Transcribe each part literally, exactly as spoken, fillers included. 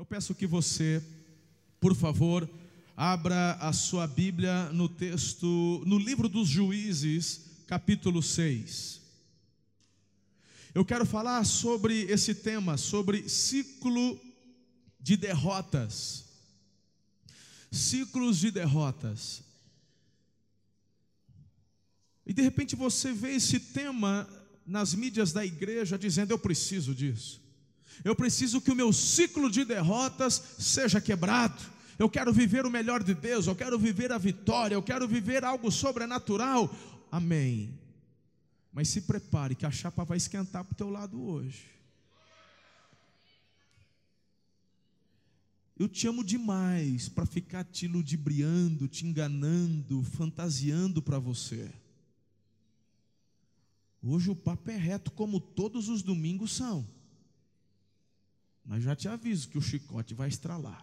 peço que você, por favor, abra a sua Bíblia no texto, no livro dos Juízes, capítulo seis. Eu quero falar sobre esse tema, sobre ciclo de derrotas. Ciclos de derrotas. E de repente você vê esse tema nas mídias da igreja dizendo: eu preciso disso. Eu preciso que o meu ciclo de derrotas seja quebrado. Eu quero viver o melhor de Deus, eu quero viver a vitória, eu quero viver algo sobrenatural. Amém. Mas se prepare que a chapa vai esquentar para o teu lado hoje. Eu te amo demais para ficar te ludibriando, te enganando, fantasiando para você. Hoje o papo é reto como todos os domingos são. Mas já te aviso que o chicote vai estralar.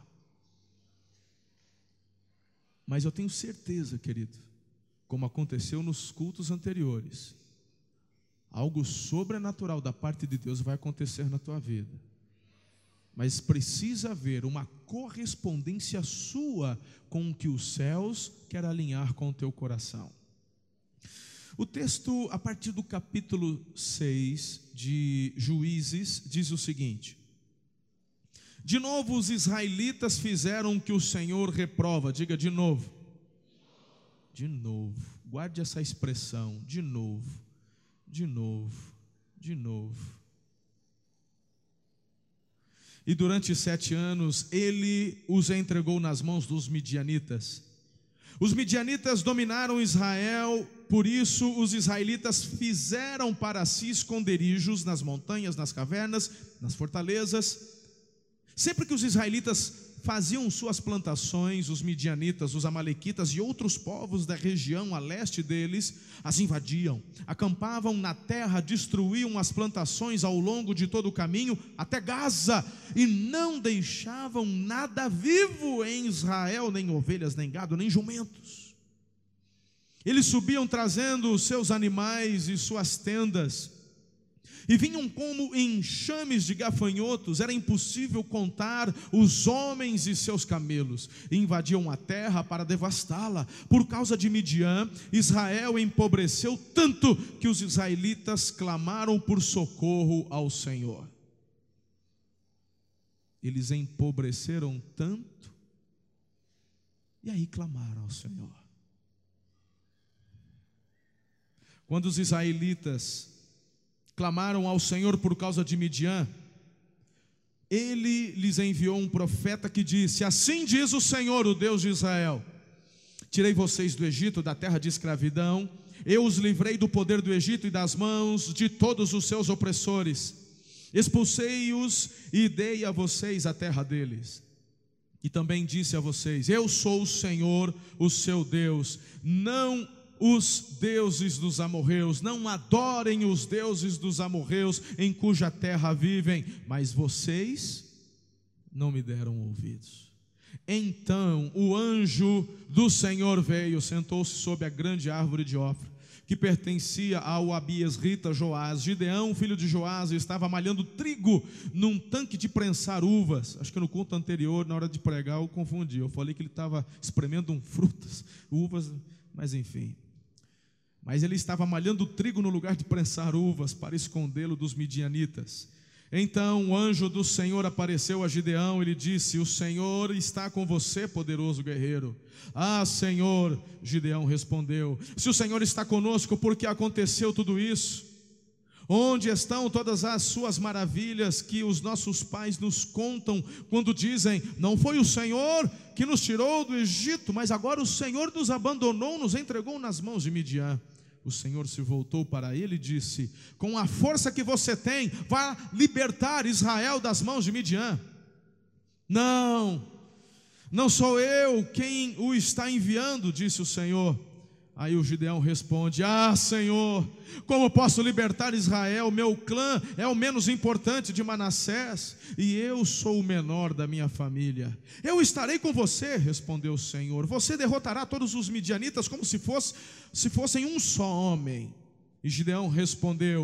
Mas eu tenho certeza, querido, como aconteceu nos cultos anteriores, algo sobrenatural da parte de Deus vai acontecer na tua vida. Mas precisa haver uma correspondência sua com o que os céus querem alinhar com o teu coração. O texto, a partir do capítulo seis de Juízes, diz o seguinte: de novo os israelitas fizeram o que o Senhor reprova. Diga de novo. De novo. Guarde essa expressão. De novo. De novo. De novo. E durante sete anos ele os entregou nas mãos dos midianitas. Os midianitas dominaram Israel, por isso os israelitas fizeram para si esconderijos nas montanhas, nas cavernas, nas fortalezas. Sempre que os israelitas faziam suas plantações, os midianitas, os amalequitas e outros povos da região a leste deles as invadiam, acampavam na terra, destruíam as plantações ao longo de todo o caminho até Gaza, e não deixavam nada vivo em Israel, nem ovelhas, nem gado, nem jumentos. Eles subiam trazendo os seus animais e suas tendas, e vinham como enxames de gafanhotos. Era impossível contar os homens e seus camelos. E invadiam a terra para devastá-la. Por causa de Midian, Israel empobreceu tanto que os israelitas clamaram por socorro ao Senhor. Eles empobreceram tanto, e aí clamaram ao Senhor. Quando os israelitas clamaram ao Senhor por causa de Midian, ele lhes enviou um profeta que disse: assim diz o Senhor, o Deus de Israel: tirei vocês do Egito, da terra de escravidão, eu os livrei do poder do Egito e das mãos de todos os seus opressores, expulsei-os e dei a vocês a terra deles. E também disse a vocês: eu sou o Senhor, o seu Deus. Não os deuses dos amorreus, não adorem os deuses dos amorreus em cuja terra vivem, mas vocês não me deram ouvidos. Então o anjo do Senhor veio, sentou-se sob a grande árvore de Ofra, que pertencia ao abiesrita Joás. Gideão, filho de Joás, estava malhando trigo num tanque de prensar uvas. Acho que no culto anterior, na hora de pregar, eu confundi, eu falei que ele estava espremendo um frutas, uvas, mas enfim. Mas ele estava malhando trigo no lugar de prensar uvas, para escondê-lo dos midianitas. Então o anjo do Senhor apareceu a Gideão e lhe disse: o Senhor está com você, poderoso guerreiro. Ah, Senhor, Gideão respondeu: se o Senhor está conosco, por que aconteceu tudo isso? Onde estão todas as suas maravilhas que os nossos pais nos contam, quando dizem: não foi o Senhor que nos tirou do Egito, mas agora o Senhor nos abandonou, nos entregou nas mãos de Midian? O Senhor se voltou para ele e disse: com a força que você tem, vá libertar Israel das mãos de Midian. Não, não sou eu quem o está enviando, disse o Senhor. Aí o Gideão responde: ah, Senhor, como posso libertar Israel? Meu clã é o menos importante de Manassés, e eu sou o menor da minha família. Eu estarei com você, respondeu o Senhor. Você derrotará todos os midianitas como se, fosse, se fossem um só homem. E Gideão respondeu: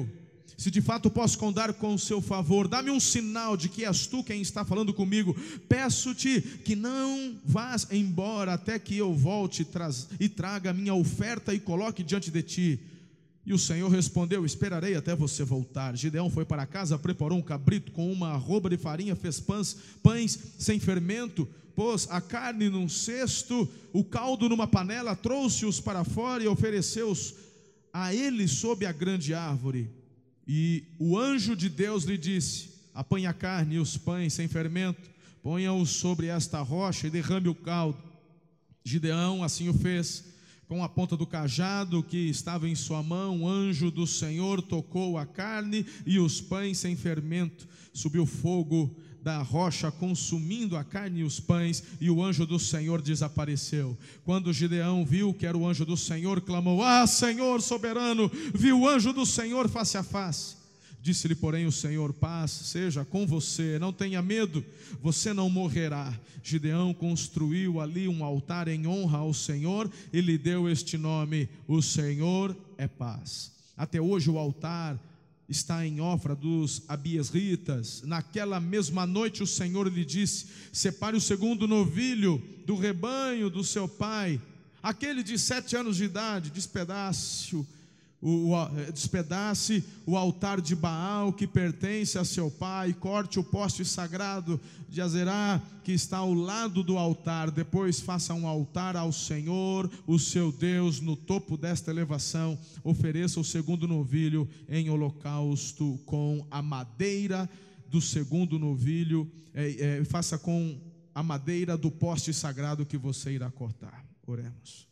se de fato posso contar com o seu favor, dá-me um sinal de que és tu quem está falando comigo. Peço-te que não vás embora até que eu volte e traga a minha oferta e coloque diante de ti. E o Senhor respondeu: esperarei até você voltar. Gideão foi para casa, preparou um cabrito com uma arroba de farinha, fez pães, pães sem fermento, pôs a carne num cesto, o caldo numa panela, trouxe-os para fora e ofereceu-os a ele sob a grande árvore. E o anjo de Deus lhe disse: apanhe a carne e os pães sem fermento, ponha-os sobre esta rocha e derrame o caldo. Gideão assim o fez. Com a ponta do cajado que estava em sua mão, o anjo do Senhor tocou a carne e os pães sem fermento. Subiu fogo da rocha, consumindo a carne e os pães, e o anjo do Senhor desapareceu. Quando Gideão viu que era o anjo do Senhor, clamou: ah, Senhor soberano, viu o anjo do Senhor face a face. Disse-lhe, porém, o Senhor: paz seja com você, não tenha medo, você não morrerá. Gideão construiu ali um altar em honra ao Senhor e lhe deu este nome: o Senhor é paz. Até hoje o altar está em Ofra dos abiesritas. Naquela mesma noite o Senhor lhe disse: separe o segundo novilho do rebanho do seu pai, aquele de sete anos de idade, despedace-o O, o, despedace o altar de Baal que pertence a seu pai, corte o poste sagrado de Azerá que está ao lado do altar, depois faça um altar ao Senhor, o seu Deus, no topo desta elevação. Ofereça o segundo novilho em holocausto com a madeira do segundo novilho, é, é, faça com a madeira do poste sagrado que você irá cortar. Oremos.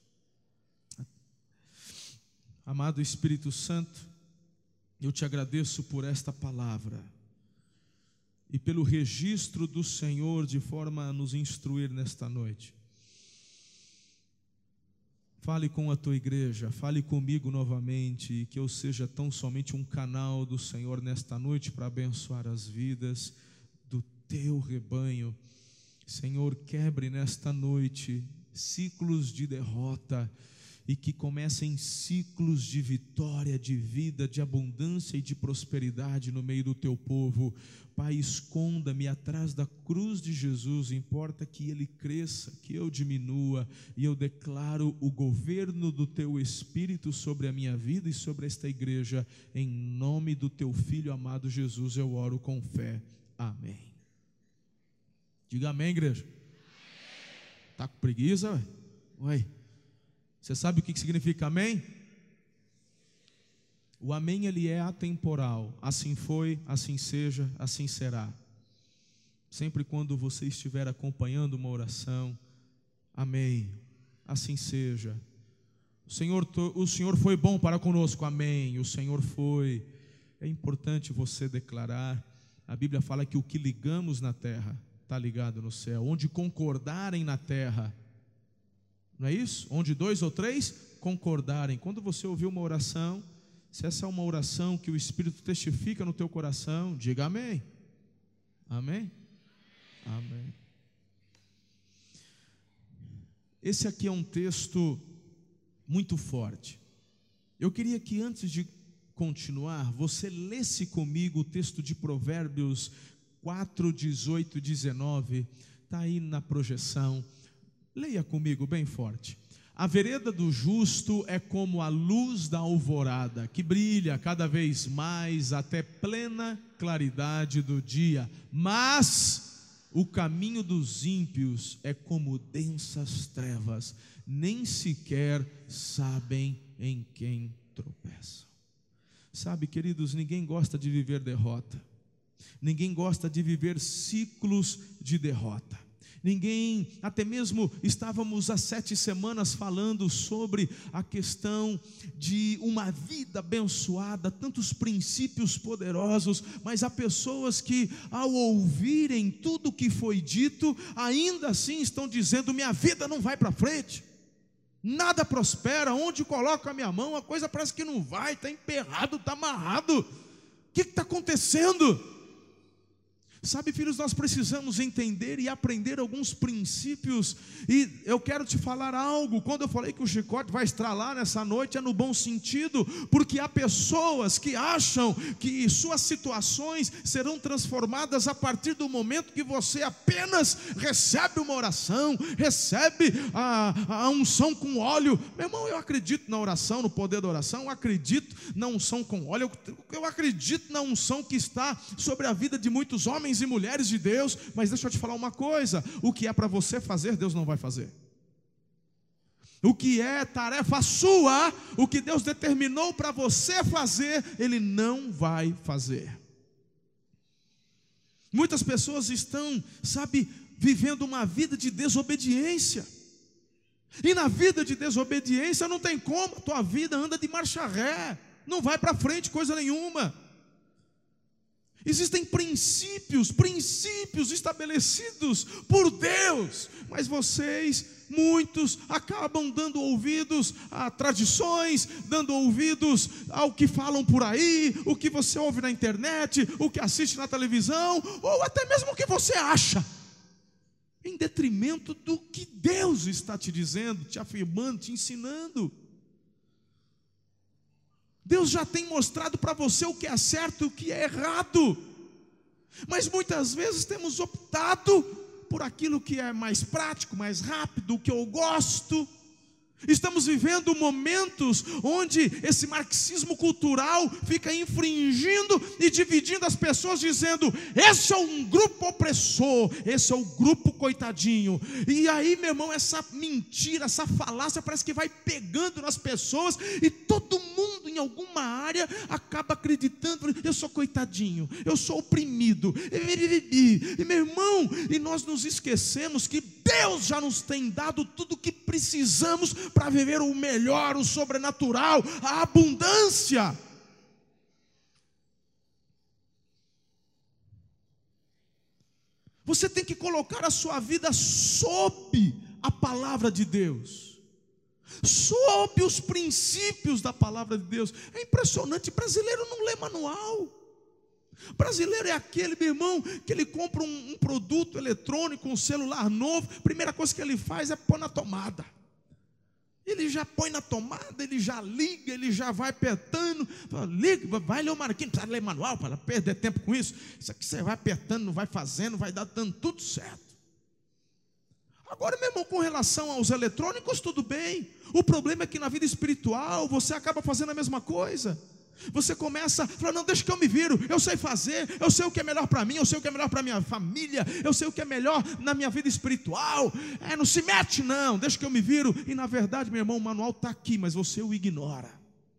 Amado Espírito Santo, eu te agradeço por esta palavra e pelo registro do Senhor de forma a nos instruir nesta noite. Fale com a tua igreja, fale comigo novamente, e que eu seja tão somente um canal do Senhor nesta noite para abençoar as vidas do teu rebanho. Senhor, quebre nesta noite ciclos de derrota, e que comecem ciclos de vitória, de vida, de abundância e de prosperidade no meio do teu povo. Pai, esconda-me atrás da cruz de Jesus, importa que ele cresça, que eu diminua, e eu declaro o governo do teu Espírito sobre a minha vida e sobre esta igreja, em nome do teu Filho amado Jesus, eu oro com fé, amém. Diga amém, igreja. Está com preguiça? Ué? Ué. Você sabe o que significa amém? O amém, ele é atemporal. Assim foi, assim seja, assim será. Sempre quando você estiver acompanhando uma oração, amém, assim seja. O Senhor, o Senhor foi bom para conosco, amém. O Senhor foi. É importante você declarar. A Bíblia fala que o que ligamos na terra está ligado no céu. Onde concordarem na terra, não é isso? Onde dois ou três concordarem. Quando você ouvir uma oração, se essa é uma oração que o Espírito testifica no teu coração, diga amém. Amém? Amém. Esse aqui é um texto muito forte. Eu queria que antes de continuar, você lesse comigo o texto de Provérbios quatro, dezoito e dezenove. Está aí na projeção. Leia comigo bem forte. A vereda do justo é como a luz da alvorada, que brilha cada vez mais até plena claridade do dia. Mas o caminho dos ímpios é como densas trevas, nem sequer sabem em quem tropeçam. Sabe, queridos, ninguém gosta de viver derrota. Ninguém gosta de viver ciclos de derrota. Ninguém, até mesmo estávamos há sete semanas falando sobre a questão de uma vida abençoada, tantos princípios poderosos, mas há pessoas que ao ouvirem tudo o que foi dito, ainda assim estão dizendo: minha vida não vai para frente, nada prospera, onde coloco a minha mão a coisa parece que não vai, está emperrado, está amarrado, o que está acontecendo? Sabe, filhos, nós precisamos entender e aprender alguns princípios. E eu quero te falar algo. Quando eu falei que o chicote vai estralar nessa noite, é no bom sentido, porque há pessoas que acham que suas situações serão transformadas a partir do momento que você apenas recebe uma oração, recebe a, a unção com óleo. Meu irmão, eu acredito na oração, no poder da oração, eu acredito na unção com óleo, eu, eu acredito na unção que está sobre a vida de muitos homens e mulheres de Deus, mas deixa eu te falar uma coisa: o que é para você fazer, Deus não vai fazer. O que é tarefa sua, o que Deus determinou para você fazer, Ele não vai fazer. Muitas pessoas estão, sabe, vivendo uma vida de desobediência, e na vida de desobediência não tem como, a tua vida anda de marcha ré, não vai para frente coisa nenhuma. Existem princípios, princípios estabelecidos por Deus, mas vocês, muitos, acabam dando ouvidos a tradições, dando ouvidos ao que falam por aí, o que você ouve na internet, o que assiste na televisão, ou até mesmo o que você acha, em detrimento do que Deus está te dizendo, te afirmando, te ensinando. Deus já tem mostrado para você o que é certo e o que é errado, mas muitas vezes temos optado por aquilo que é mais prático, mais rápido, o que eu gosto. Estamos vivendo momentos onde esse marxismo cultural fica infringindo e dividindo as pessoas, dizendo: esse é um grupo opressor, esse é o grupo coitadinho. E aí, meu irmão, essa mentira, essa falácia parece que vai pegando nas pessoas, e todo mundo em alguma área acaba acreditando: eu sou coitadinho, eu sou oprimido. E meu irmão, e nós nos esquecemos que Deus já nos tem dado tudo o que precisamos para viver o melhor, o sobrenatural, a abundância. Você tem que colocar a sua vida sob a palavra de Deus, sob os princípios da palavra de Deus. É impressionante, brasileiro não lê manual. Brasileiro é aquele, meu irmão, que ele compra um, um produto eletrônico, um celular novo, a primeira coisa que ele faz é pôr na tomada. Ele já põe na tomada, ele já liga, ele já vai apertando. Liga, vai ler o manual, não precisa ler manual para perder tempo com isso. Isso aqui você vai apertando, não vai fazendo, vai dando tudo certo. Agora, meu irmão, com relação aos eletrônicos, tudo bem. O problema é que na vida espiritual você acaba fazendo a mesma coisa. Você começa a falar: não, deixa que eu me viro, eu sei fazer, eu sei o que é melhor para mim, eu sei o que é melhor para minha família, eu sei o que é melhor na minha vida espiritual. É, não se mete não, deixa que eu me viro. E na verdade, meu irmão, o manual está aqui, mas você o ignora.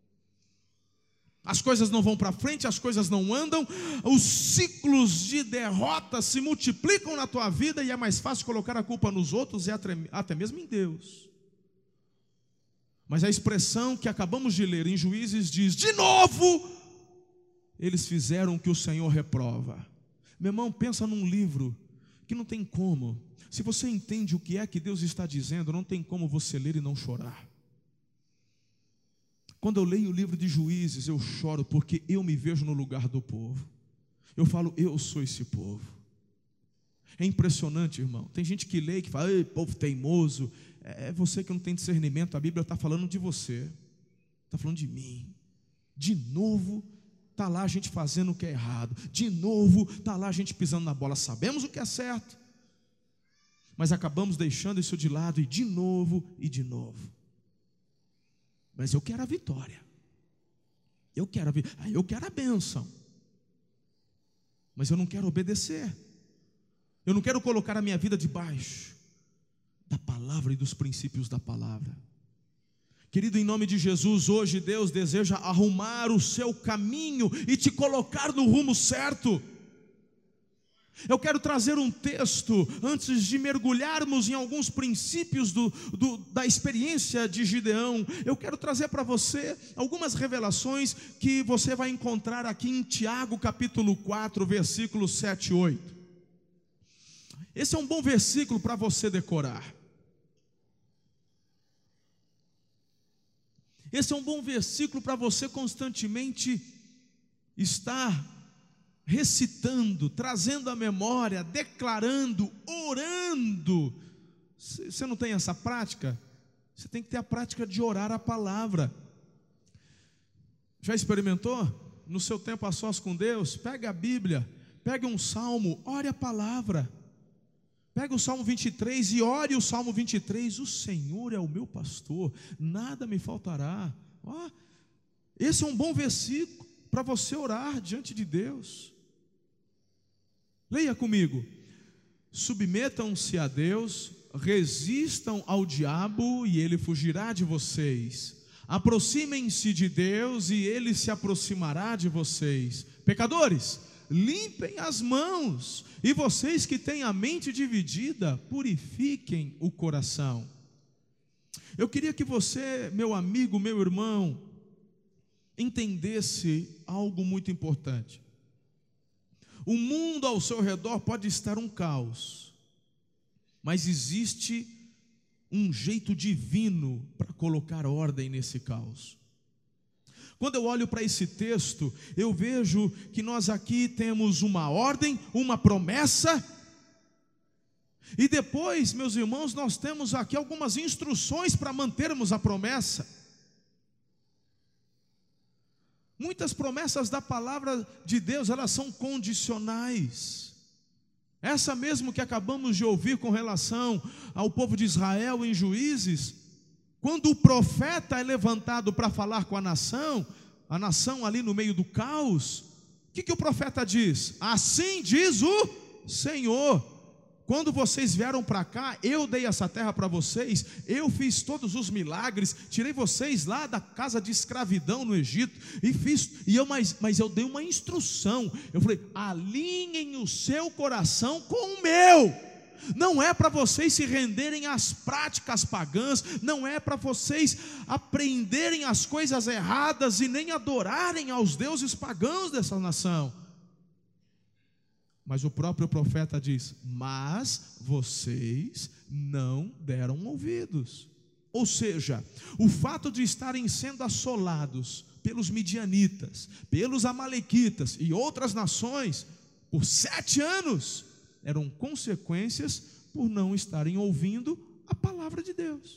As coisas não vão para frente, as coisas não andam, os ciclos de derrota se multiplicam na tua vida, e é mais fácil colocar a culpa nos outros e até mesmo em Deus. Mas a expressão que acabamos de ler em Juízes diz: de novo eles fizeram o que o Senhor reprova. Meu irmão, pensa num livro que não tem como, se você entende o que é que Deus está dizendo, não tem como você ler e não chorar. Quando eu leio o livro de Juízes, eu choro, porque eu me vejo no lugar do povo. Eu falo: eu sou esse povo. É impressionante, irmão. Tem gente que lê e que fala: ei, povo teimoso. É você que não tem discernimento. A Bíblia está falando de você, está falando de mim. De novo está lá a gente fazendo o que é errado, de novo está lá a gente pisando na bola. Sabemos o que é certo, mas acabamos deixando isso de lado, e de novo, e de novo. Mas eu quero a vitória, eu quero a, eu quero a bênção, mas eu não quero obedecer. Eu não quero colocar a minha vida debaixo da palavra e dos princípios da palavra. Querido, em nome de Jesus, hoje Deus deseja arrumar o seu caminho e te colocar no rumo certo. Eu quero trazer um texto, antes de mergulharmos em alguns princípios do, do, da experiência de Gideão. Eu quero trazer para você algumas revelações que você vai encontrar aqui em Tiago capítulo quatro, versículos sete e oito. Esse é um bom versículo para você decorar. Esse é um bom versículo para você constantemente estar recitando, trazendo à memória, declarando, orando. Você não tem essa prática? Você tem que ter a prática de orar a palavra. Já experimentou? No seu tempo a sós com Deus, pega a Bíblia, pega um salmo, ore a palavra. Pega o Salmo vinte e três e ore o Salmo vinte e três. O Senhor é o meu pastor, nada me faltará. Ó, esse é um bom versículo para você orar diante de Deus. Leia comigo. Submetam-se a Deus, resistam ao diabo e ele fugirá de vocês. Aproximem-se de Deus e ele se aproximará de vocês. Pecadores, limpem as mãos, e vocês que têm a mente dividida, purifiquem o coração. Eu queria que você, meu amigo, meu irmão, entendesse algo muito importante. O mundo ao seu redor pode estar um caos, mas existe um jeito divino para colocar ordem nesse caos. Quando eu olho para esse texto, eu vejo que nós aqui temos uma ordem, uma promessa, e depois, meus irmãos, nós temos aqui algumas instruções para mantermos a promessa. Muitas promessas da palavra de Deus, elas são condicionais. Essa mesmo que acabamos de ouvir com relação ao povo de Israel em Juízes, quando o profeta é levantado para falar com a nação, a nação ali no meio do caos, o que, que o profeta diz? Assim diz o Senhor: quando vocês vieram para cá, eu dei essa terra para vocês, eu fiz todos os milagres, tirei vocês lá da casa de escravidão no Egito, e fiz, e eu, mas, mas eu dei uma instrução, eu falei: alinhem o seu coração com o meu. Não é para vocês se renderem às práticas pagãs, não é para vocês aprenderem as coisas erradas e nem adorarem aos deuses pagãos dessa nação. Mas o próprio profeta diz: mas vocês não deram ouvidos. Ou seja, o fato de estarem sendo assolados pelos midianitas, pelos amalequitas e outras nações por sete anos, eram consequências por não estarem ouvindo a palavra de Deus.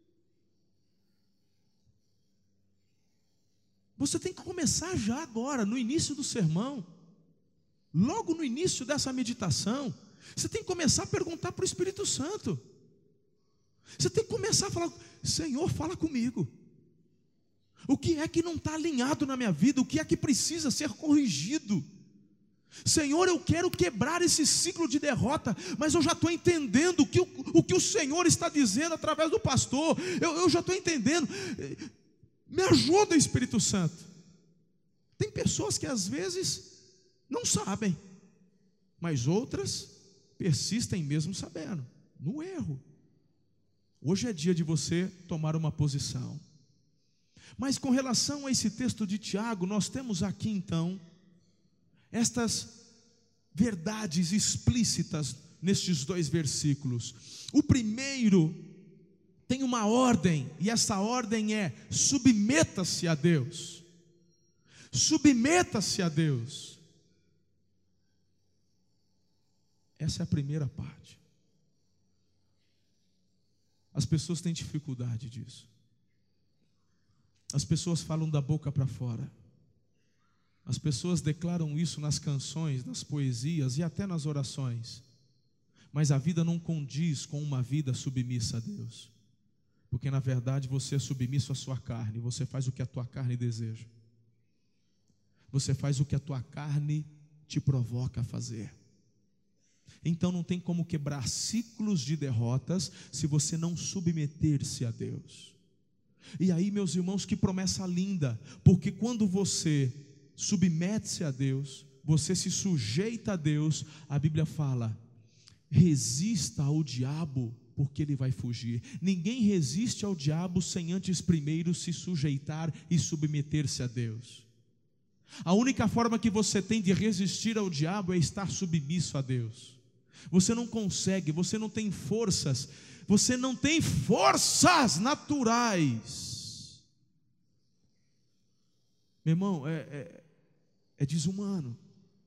Você tem que começar já agora, no início do sermão, logo no início dessa meditação, você tem que começar a perguntar para o Espírito Santo. Você tem que começar a falar: Senhor, fala comigo. O que é que não está alinhado na minha vida? O que é que precisa ser corrigido? Senhor, eu quero quebrar esse ciclo de derrota, mas eu já estou entendendo o que o, o que o Senhor está dizendo através do pastor. Eu, eu já estou entendendo. Me ajuda, Espírito Santo. Tem pessoas que às vezes não sabem, mas outras persistem mesmo sabendo, no erro. Hoje é dia de você tomar uma posição. Mas com relação a esse texto de Tiago, nós temos aqui então estas verdades explícitas nestes dois versículos. O primeiro tem uma ordem, e essa ordem é: submeta-se a Deus. Submeta-se a Deus. Essa é a primeira parte. As pessoas têm dificuldade disso. As pessoas falam da boca para fora. As pessoas declaram isso nas canções, nas poesias e até nas orações. Mas a vida não condiz com uma vida submissa a Deus. Porque na verdade você é submisso à sua carne. Você faz o que a tua carne deseja. Você faz o que a tua carne te provoca a fazer. Então não tem como quebrar ciclos de derrotas se você não submeter-se a Deus. E aí, meus irmãos, que promessa linda, porque quando você submete-se a Deus, você se sujeita a Deus, a Bíblia fala: resista ao diabo, porque ele vai fugir. Ninguém resiste ao diabo sem antes primeiro se sujeitar e submeter-se a Deus. A única forma que você tem de resistir ao diabo é estar submisso a Deus. Você não consegue, você não tem forças, você não tem forças naturais. Meu irmão, é, é, é desumano.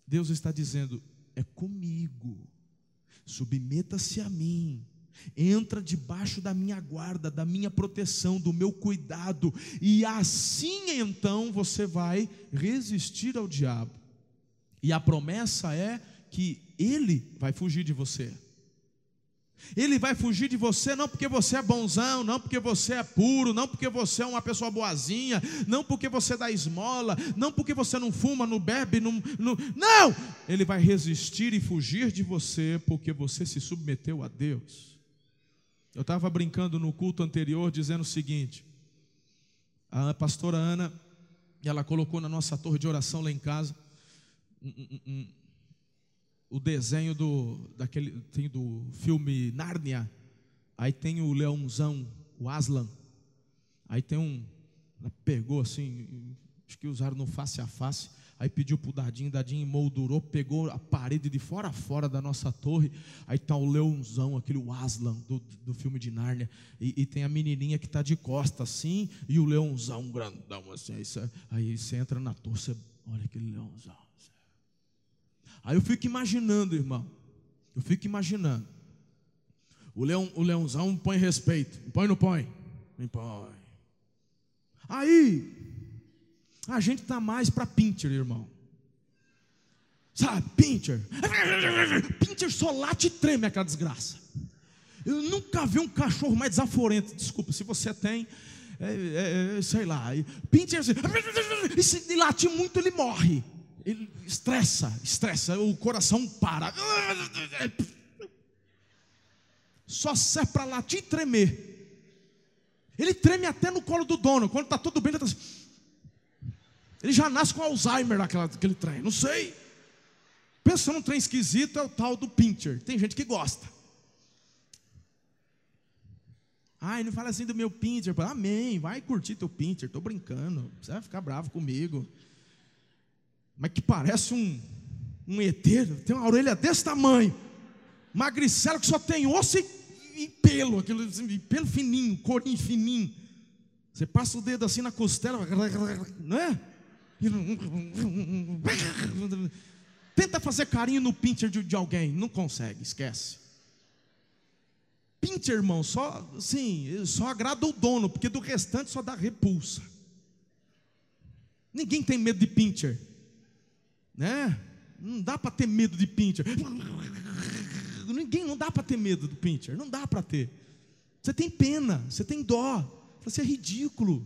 Deus está dizendo: é comigo, submeta-se a mim, entra debaixo da minha guarda, da minha proteção, do meu cuidado, e assim então você vai resistir ao diabo. E a promessa é que ele vai fugir de você. Ele vai fugir de você não porque você é bonzão, não porque você é puro, não porque você é uma pessoa boazinha, não porque você dá esmola, não porque você não fuma, não bebe, não, não, não! Ele vai resistir e fugir de você porque você se submeteu a Deus. Eu estava brincando no culto anterior dizendo o seguinte: a pastora Ana, ela colocou na nossa torre de oração lá em casa um, um, um, o desenho do, daquele, tem do filme Nárnia. Aí tem o leãozão, o Aslan. Aí tem um, ela pegou assim, acho que usaram no face a face. Aí pediu para o Dadinho, Dadinho moldurou, pegou a parede de fora a fora da nossa torre. Aí está o leãozão, aquele o Aslan do, do filme de Nárnia. E, e tem a menininha que está de costas assim, e o leãozão grandão assim. Aí você, aí você entra na torre, você olha aquele leãozão. Aí eu fico imaginando, irmão, eu fico imaginando, o, leão, o leãozão põe respeito, põe ou não põe? Não põe. Aí, a gente está mais para pincher, irmão, sabe, pincher, pincher só late e treme aquela desgraça. Eu nunca vi um cachorro mais desaforento, desculpa, se você tem, é, é, é, sei lá, pincher, e se late muito ele morre. Ele estressa, estressa, o coração para. Só serve para latir e tremer. Ele treme até no colo do dono. Quando está tudo bem, ele, tá assim. Ele já nasce com Alzheimer naquela, naquele trem, não sei. Pensa num trem esquisito, é o tal do pincher. Tem gente que gosta. Ai, não fala assim do meu pincher. Amém, vai curtir teu pincher, estou brincando. Você vai ficar bravo comigo. Mas que parece um, um E T, tem uma orelha desse tamanho, magricelo, que só tem osso e, e pelo, aquele, e pelo fininho, corinho fininho. Você passa o dedo assim na costela, não é? Tenta fazer carinho no pincher de, de alguém, não consegue, esquece. Pincher, irmão, só, sim, só agrada o dono, porque do restante só dá repulsa. Ninguém tem medo de pincher. Né? Não dá para ter medo de pincher. Ninguém, não dá para ter medo do pincher. Não dá para ter. Você tem pena, você tem dó. Você é ridículo.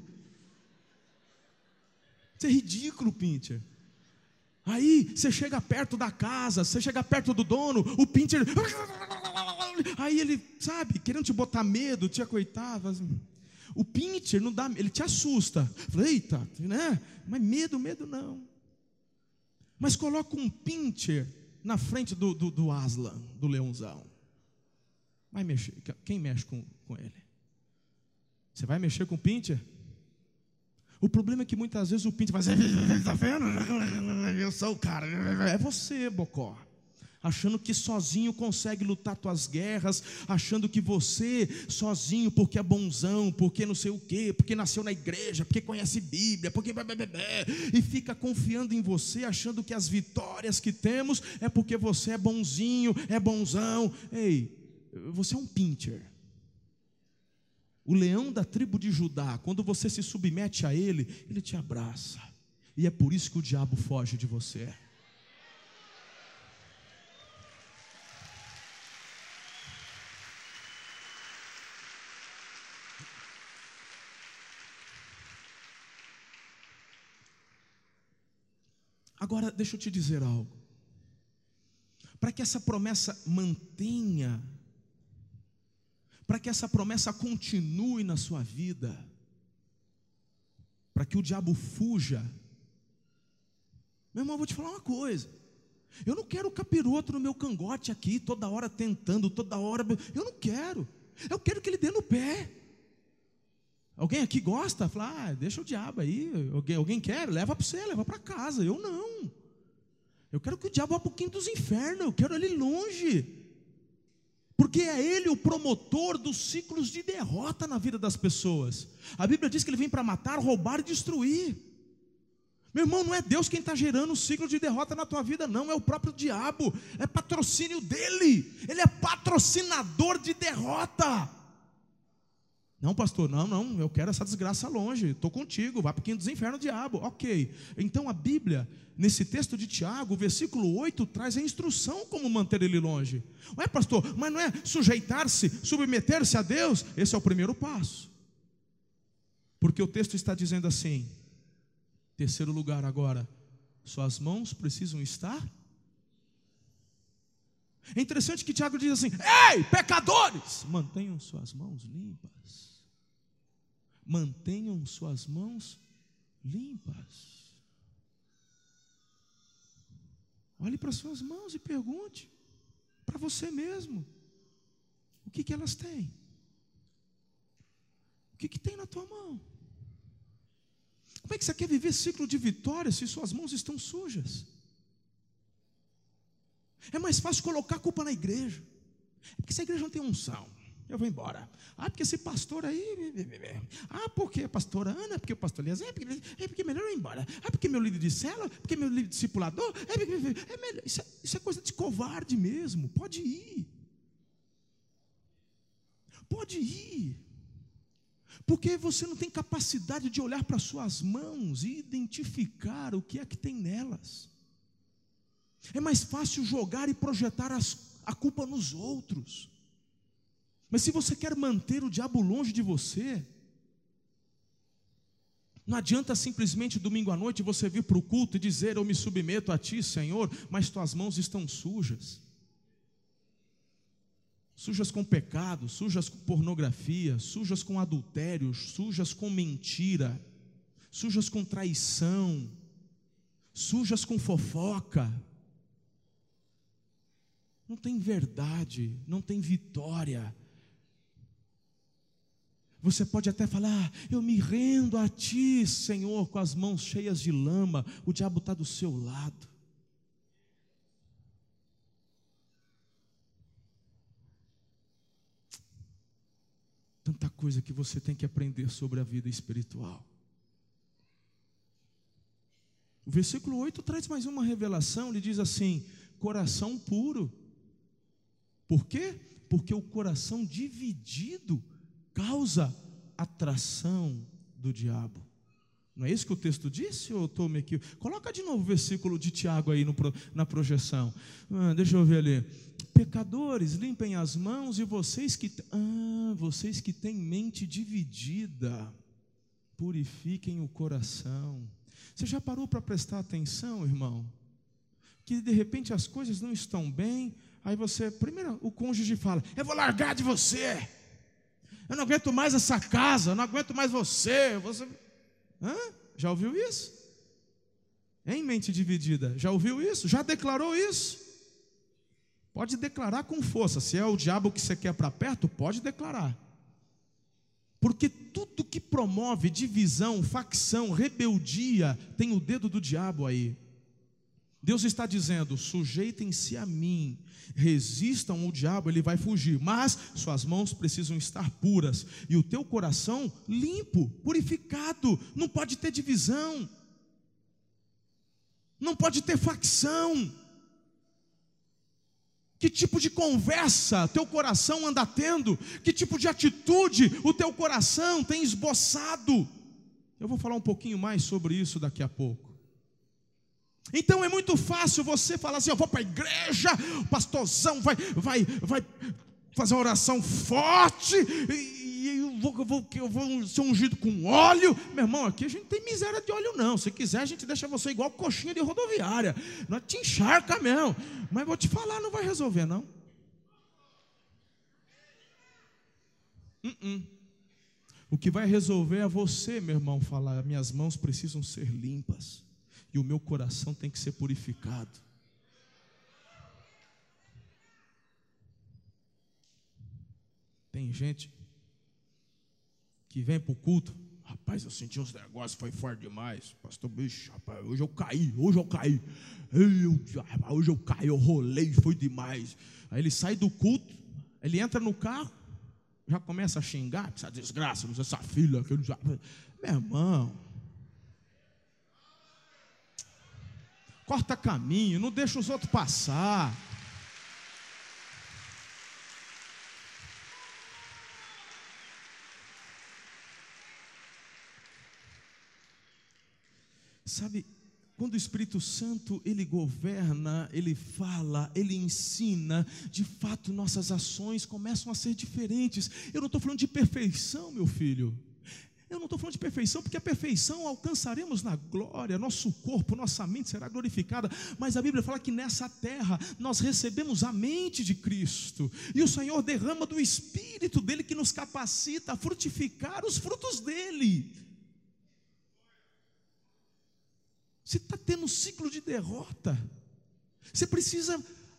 Você é ridículo, pincher. Aí você chega perto da casa, você chega perto do dono, o pincher. Aí ele, sabe, querendo te botar medo, te acoitar. O pincher não dá, ele te assusta. Eita, né? Mas medo, medo não. Mas coloca um pincher na frente do, do, do Aslan, do leãozão. Vai mexer, quem mexe com, com ele? Você vai mexer com o pincher? O problema é que muitas vezes o pincher vai dizer, está vendo? Eu sou o cara. É você, bocó. Achando que sozinho consegue lutar tuas guerras, achando que você sozinho, porque é bonzão, porque não sei o quê, porque nasceu na igreja, porque conhece Bíblia, porque e fica confiando em você, achando que as vitórias que temos é porque você é bonzinho, é bonzão. Ei, você é um pincher. O leão da tribo de Judá, quando você se submete a ele, ele te abraça, e é por isso que o diabo foge de você. Agora, deixa eu te dizer algo. Para que essa promessa mantenha, para que essa promessa continue na sua vida, para que o diabo fuja, meu irmão, eu vou te falar uma coisa. Eu não quero capiroto no meu cangote aqui, toda hora tentando, toda hora. Eu não quero. Eu quero que ele dê no pé. Alguém aqui gosta? Fala, ah, deixa o diabo aí. Alguém, alguém quer? Leva para você, leva para casa. Eu não. Eu quero que o diabo vá para o quinto dos infernos. Eu quero ele longe. Porque é ele o promotor dos ciclos de derrota na vida das pessoas. A Bíblia diz que ele vem para matar, roubar e destruir. Meu irmão, não é Deus quem está gerando o ciclo de derrota na tua vida, não, é o próprio diabo, é patrocínio dele, ele é patrocinador de derrota. Não, pastor, não, não, eu quero essa desgraça longe, estou contigo, vai para o quinto dos infernos, diabo. Ok, então a Bíblia, nesse texto de Tiago, o versículo oito, traz a instrução como manter ele longe. Ué, pastor, mas não é sujeitar-se, submeter-se a Deus? Esse é o primeiro passo, porque o texto está dizendo assim. Terceiro lugar agora, suas mãos precisam estar. É interessante que Tiago diz assim: ei, pecadores, mantenham suas mãos limpas. Mantenham suas mãos limpas. Olhe para suas mãos e pergunte para você mesmo: o que que elas têm? O que que tem na tua mão? Como é que você quer viver ciclo de vitória se suas mãos estão sujas? É mais fácil colocar a culpa na igreja. É porque essa igreja não tem unção, eu vou embora. Ah, porque esse pastor aí. Ah, porque a pastora Ana, porque o pastor Elias, é porque, é porque é melhor eu ir embora. Ah, porque meu líder de célula, porque meu líder discipulador. É porque, é melhor. Isso, é, isso é coisa de covarde mesmo. Pode ir. Pode ir. Porque você não tem capacidade de olhar para suas mãos e identificar o que é que tem nelas. É mais fácil jogar e projetar as, a culpa nos outros. Mas se você quer manter o diabo longe de você, não adianta simplesmente domingo à noite você vir para o culto e dizer: eu me submeto a ti, Senhor, mas tuas mãos estão sujas. Sujas com pecado, sujas com pornografia, sujas com adultério, sujas com mentira, sujas com traição, sujas com fofoca. Não tem verdade, não tem vitória. Você pode até falar: ah, eu me rendo a ti, Senhor, com as mãos cheias de lama. O diabo está do seu lado. Tanta coisa que você tem que aprender sobre a vida espiritual. O versículo oito traz mais uma revelação. Ele diz assim: coração puro. Por quê? Porque o coração dividido causa atração do diabo. Não é isso que o texto disse? Ou eu estou meio que... Coloca de novo o versículo de Tiago aí no, na projeção. Ah, deixa eu ver ali. Pecadores, limpem as mãos, e vocês que, ah, vocês que têm mente dividida, purifiquem o coração. Você já parou para prestar atenção, irmão? Que de repente as coisas não estão bem, aí você, primeiro o cônjuge fala: eu vou largar de você, eu não aguento mais essa casa, eu não aguento mais você, você... Hã? Já ouviu isso? Em mente dividida, já ouviu isso? Já declarou isso? Pode declarar com força. Se é o diabo que você quer para perto, pode declarar. Porque tudo que promove divisão, facção, rebeldia, tem o dedo do diabo aí. Deus está dizendo: sujeitem-se a mim, resistam ao diabo, ele vai fugir, mas suas mãos precisam estar puras, e o teu coração limpo, purificado. Não pode ter divisão, não pode ter facção. Que tipo de conversa teu coração anda tendo? Que tipo de atitude o teu coração tem esboçado? Eu vou falar um pouquinho mais sobre isso daqui a pouco. Então é muito fácil você falar assim: eu vou para a igreja, o pastorzão vai, vai, vai fazer uma oração forte, e eu vou, eu, vou, eu vou ser ungido com óleo. Meu irmão, aqui a gente não tem miséria de óleo não. Se quiser a gente deixa você igual coxinha de rodoviária, nós te encharca mesmo. Mas vou te falar, não vai resolver não. Uh-uh. O que vai resolver é você, meu irmão, falar: minhas mãos precisam ser limpas e o meu coração tem que ser purificado. Tem gente que vem para o culto: rapaz, eu senti uns negócios, foi forte demais, pastor, bicho, rapaz, hoje eu caí, hoje eu caí, eu, hoje eu caí, eu rolei, foi demais. Aí ele sai do culto, ele entra no carro, já começa a xingar: essa desgraça, essa filha, aquele... Meu irmão, corta caminho, não deixa os outros passar. Sabe, quando o Espírito Santo, ele governa, ele fala, ele ensina, de fato nossas ações começam a ser diferentes. Eu não estou falando de perfeição, meu filho. Eu não estou falando de perfeição, porque a perfeição alcançaremos na glória, nosso corpo, nossa mente será glorificada, mas a Bíblia fala que nessa terra nós recebemos a mente de Cristo, e o Senhor derrama do Espírito dele que nos capacita a frutificar os frutos dele. Você está tendo um ciclo de derrota, você precisa...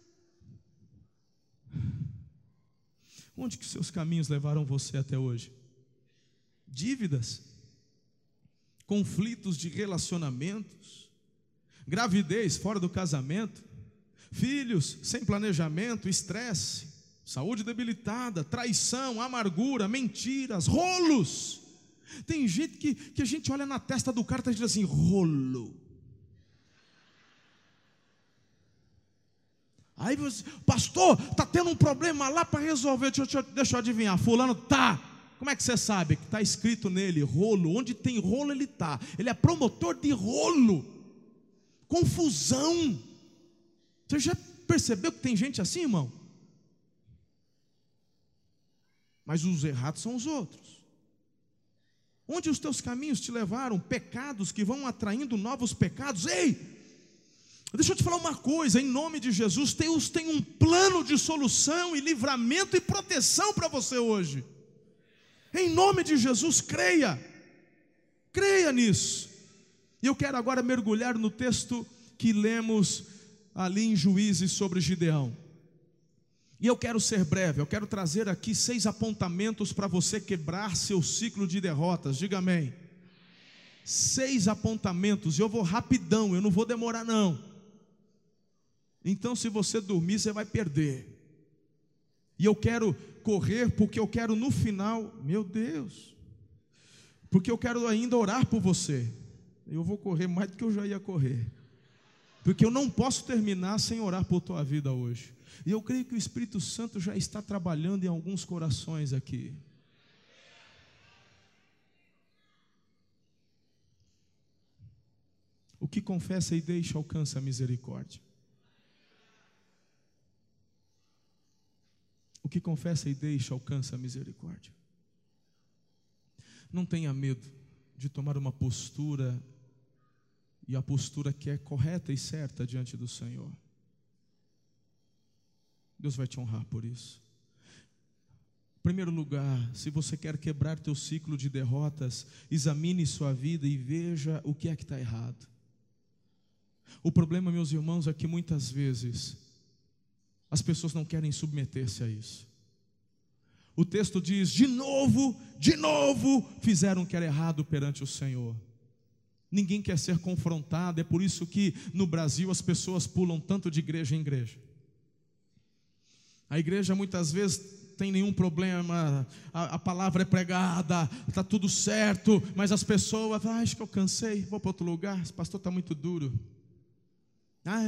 Onde que seus caminhos levaram você até hoje? Dívidas, conflitos de relacionamentos, gravidez fora do casamento, filhos sem planejamento, estresse, saúde debilitada, traição, amargura, mentiras, rolos. Tem gente que, que a gente olha na testa do cara e está dizendo assim, rolo. Aí você, pastor, está tendo um problema lá para resolver, deixa eu, deixa eu adivinhar, fulano tá. Como é que você sabe? Que está escrito nele, rolo. Onde tem rolo ele está. Ele é promotor de rolo. Confusão. Você já percebeu que tem gente assim, irmão? Mas os errados são os outros. Onde os teus caminhos te levaram? Pecados que vão atraindo novos pecados. Ei, deixa eu te falar uma coisa. Em nome de Jesus, Deus tem um plano de solução e livramento e proteção para você hoje. Em nome de Jesus, creia, creia nisso. E eu quero agora mergulhar no texto que lemos ali em Juízes sobre Gideão. E eu quero ser breve, eu quero trazer aqui seis apontamentos para você quebrar seu ciclo de derrotas. Diga amém. Seis apontamentos, e eu vou rapidão, eu não vou demorar não. Então se você dormir, você vai perder. E eu quero correr, porque eu quero no final, meu Deus, porque eu quero ainda orar por você. Eu vou correr mais do que eu já ia correr, porque eu não posso terminar sem orar por tua vida hoje. E eu creio que o Espírito Santo já está trabalhando em alguns corações aqui. O que confessa e deixa alcança a misericórdia. O que confessa e deixa alcança a misericórdia. Não tenha medo de tomar uma postura, e a postura que é correta e certa diante do Senhor. Deus vai te honrar por isso. Em primeiro lugar, se você quer quebrar teu ciclo de derrotas, examine sua vida e veja o que é que está errado. O problema, meus irmãos, é que muitas vezes as pessoas não querem submeter-se a isso. O texto diz, de novo, de novo, fizeram o que era errado perante o Senhor. Ninguém quer ser confrontado, é por isso que no Brasil as pessoas pulam tanto de igreja em igreja. A igreja muitas vezes tem nenhum problema, a, a palavra é pregada, está tudo certo, mas as pessoas, ah, acho que eu cansei, vou para outro lugar, esse pastor está muito duro. Ah,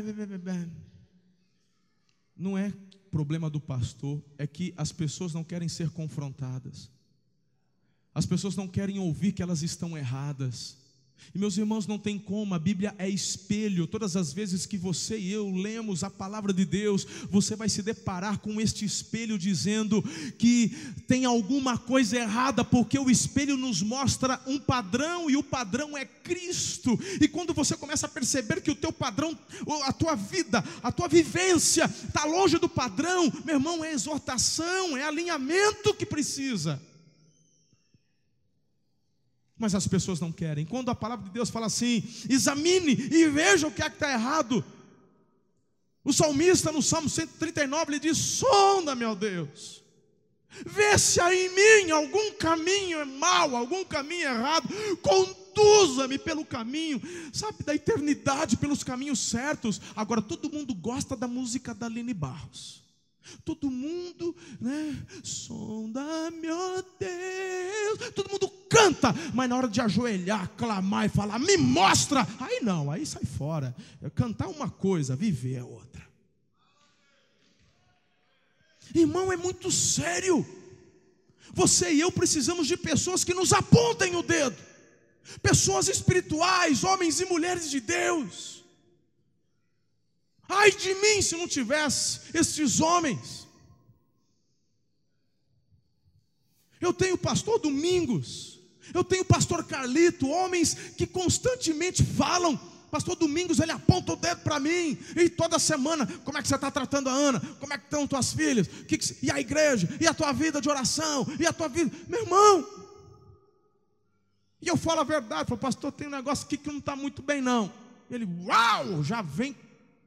não é problema do pastor, é que as pessoas não querem ser confrontadas. As pessoas não querem ouvir que elas estão erradas. E meus irmãos, não tem como, a Bíblia é espelho. Todas as vezes que você e eu lemos a palavra de Deus, você vai se deparar com este espelho dizendo que tem alguma coisa errada, porque o espelho nos mostra um padrão, e o padrão é Cristo. E quando você começa a perceber que o teu padrão, a tua vida, a tua vivência está longe do padrão, meu irmão, é exortação, é alinhamento que precisa. Mas as pessoas não querem. Quando a palavra de Deus fala assim, examine e veja o que é que está errado. O salmista no Salmo cento e trinta e nove, ele diz, sonda, meu Deus, vê se há em mim algum caminho mau, algum caminho errado, conduza-me pelo caminho, sabe, da eternidade, pelos caminhos certos. Agora todo mundo gosta da música da Aline Barros. Todo mundo, né, sonda-me, ó Deus, todo mundo canta canta, mas na hora de ajoelhar, clamar e falar, me mostra, aí não, aí sai fora. Cantar é uma coisa, viver é outra. Irmão, é muito sério. Você e eu precisamos de pessoas que nos apontem o dedo, pessoas espirituais, homens e mulheres de Deus. Ai de mim se não tivesse esses homens. Eu tenho o pastor Domingos, eu tenho o pastor Carlito, homens que constantemente falam. Pastor Domingos, ele aponta o dedo para mim, e toda semana, como é que você está tratando a Ana? Como é que estão tuas filhas? Que que, e a igreja? E a tua vida de oração? E a tua vida? Meu irmão, e eu falo a verdade, eu falo, pastor, tem um negócio aqui que não está muito bem não. Ele, uau, já vem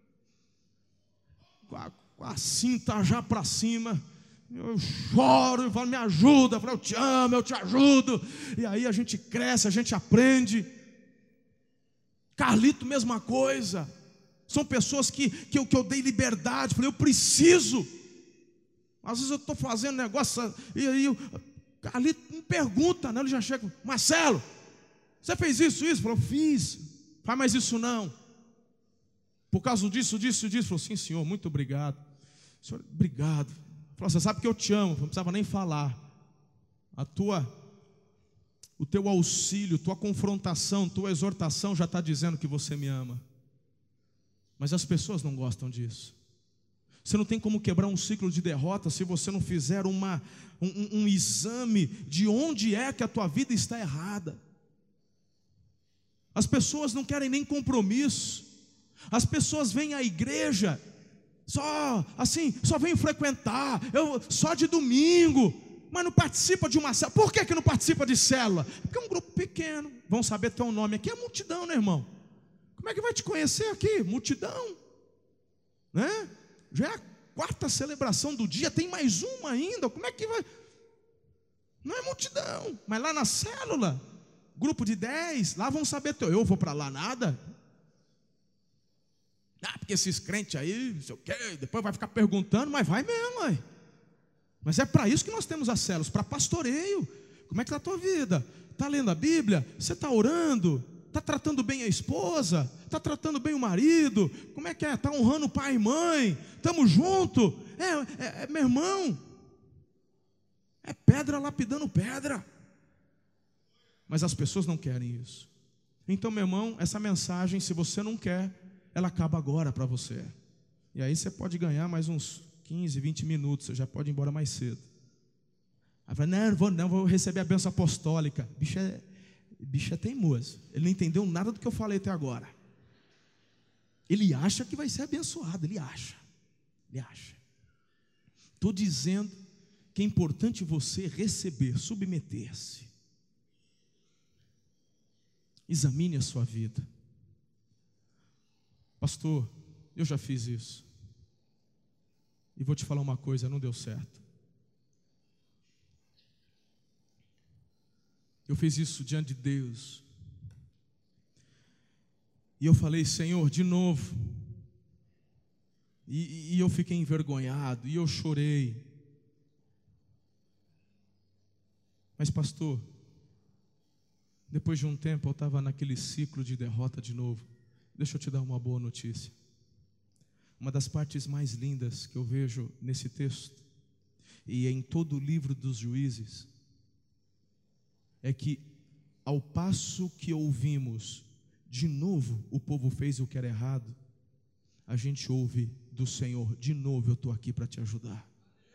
com a, com a cinta já para cima. Eu choro, eu falo, me ajuda. Eu falo, eu te amo, eu te ajudo. E aí a gente cresce, a gente aprende. Carlito, mesma coisa. São pessoas que, que, eu, que eu dei liberdade. Falei, eu preciso. Às vezes eu estou fazendo negócio, e aí eu, Carlito me pergunta, né? Ele já chega, Marcelo, você fez isso, isso? Falou, fiz. Faz mais isso não. Por causa disso, disso, disso. Falou, sim senhor, muito obrigado. Senhor, obrigado. Falou, você sabe que eu te amo. Não precisava nem falar. A tua, o teu auxílio, tua confrontação, tua exortação já está dizendo que você me ama. Mas as pessoas não gostam disso. Você não tem como quebrar um ciclo de derrota se você não fizer uma, um, um exame de onde é que a tua vida está errada. As pessoas não querem nem compromisso. As pessoas vêm à igreja só assim, só vêm frequentar, eu, só de domingo, mas não participa de uma célula. Por que, que não participa de célula? Porque é um grupo pequeno. Vão saber teu nome aqui, é multidão, né, irmão? Como é que vai te conhecer aqui? Multidão, né? Já é a quarta celebração do dia, tem mais uma ainda. Como é que vai? Não é multidão, mas lá na célula, grupo de dez, lá vão saber teu. Eu vou para lá nada. Ah, porque esses crentes aí, não sei o quê, depois vai ficar perguntando, mas vai mesmo, aí. Mas é para isso que nós temos as células, para pastoreio. Como é que está a tua vida? Está lendo a Bíblia? Você está orando? Está tratando bem a esposa? Está tratando bem o marido? Como é que é? Está honrando o pai e mãe? Estamos juntos? É, é, é, meu irmão, é pedra lapidando pedra. Mas as pessoas não querem isso. Então, meu irmão, essa mensagem, se você não quer, ela acaba agora para você. E aí você pode ganhar mais uns quinze, vinte minutos. Você já pode ir embora mais cedo. Aí fala, não, não vou, não, vou receber a bênção apostólica. Bicho é, bicho é teimoso. Ele não entendeu nada do que eu falei até agora. Ele acha que vai ser abençoado. Ele acha. Ele acha. Estou dizendo que é importante você receber, submeter-se. Examine a sua vida. Pastor, eu já fiz isso. E vou te falar uma coisa, não deu certo. Eu fiz isso diante de Deus. E eu falei, Senhor, de novo. E, e eu fiquei envergonhado, e eu chorei. Mas pastor, depois de um tempo eu estava naquele ciclo de derrota de novo. Deixa eu te dar uma boa notícia. Uma das partes mais lindas que eu vejo nesse texto, e em todo o livro dos Juízes, é que ao passo que ouvimos, de novo o povo fez o que era errado, a gente ouve do Senhor, de novo eu estou aqui para te ajudar.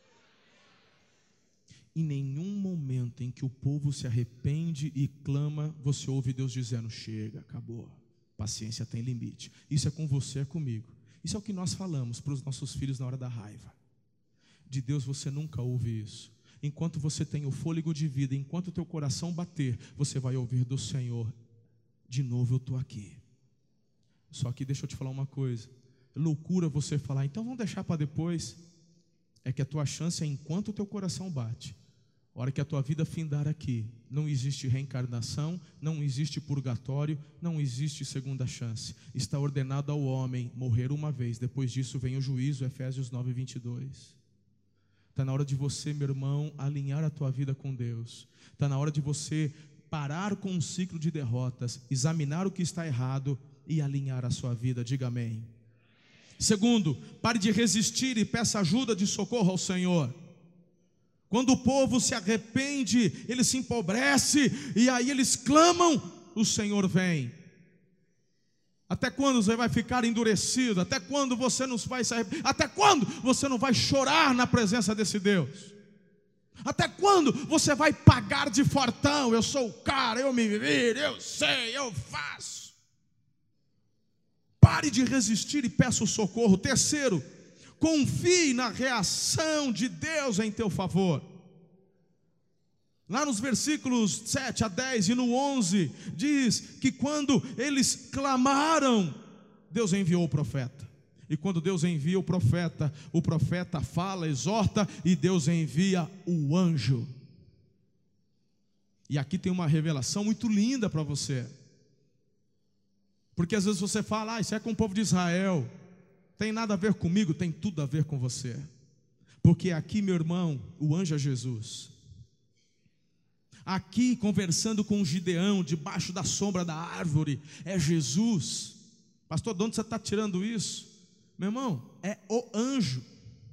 Em nenhum momento em que o povo se arrepende e clama, você ouve Deus dizendo, chega, acabou. Paciência tem limite. Isso é com você, é comigo. Isso é o que nós falamos para os nossos filhos na hora da raiva. De Deus você nunca ouve isso. Enquanto você tem o fôlego de vida, enquanto o teu coração bater, você vai ouvir do Senhor, de novo eu estou aqui. Só que deixa eu te falar uma coisa, loucura você falar, então vamos deixar para depois. É que a tua chance é enquanto o teu coração bate. A hora que a tua vida findar aqui, não existe reencarnação, não existe purgatório, não existe segunda chance. Está ordenado ao homem morrer uma vez, depois disso vem o juízo, Efésios nove, vinte e dois. Está na hora de você, meu irmão, alinhar a tua vida com Deus. Está na hora de você parar com um ciclo de derrotas, examinar o que está errado e alinhar a sua vida. Diga amém. Segundo, pare de resistir e peça ajuda de socorro ao Senhor. Quando o povo se arrepende, ele se empobrece, e aí eles clamam, o Senhor vem. Até quando você vai ficar endurecido? Até quando você não vai se arrepender? Até quando você não vai chorar na presença desse Deus? Até quando você vai pagar de fortão? Eu sou o cara, eu me viro, eu sei, eu faço. Pare de resistir e peça o socorro. Terceiro, confie na reação de Deus em teu favor. Lá nos versículos sete a dez e no onze, diz que quando eles clamaram, Deus enviou o profeta. E quando Deus envia o profeta, o profeta fala, exorta, e Deus envia o anjo. E aqui tem uma revelação muito linda para você. Porque às vezes você fala, ah, isso é com o povo de Israel. Tem nada a ver comigo, tem tudo a ver com você. Porque aqui, meu irmão, o anjo é Jesus. Aqui, conversando com Gideão, debaixo da sombra da árvore, é Jesus. Pastor, de onde você está tirando isso? Meu irmão, é o anjo.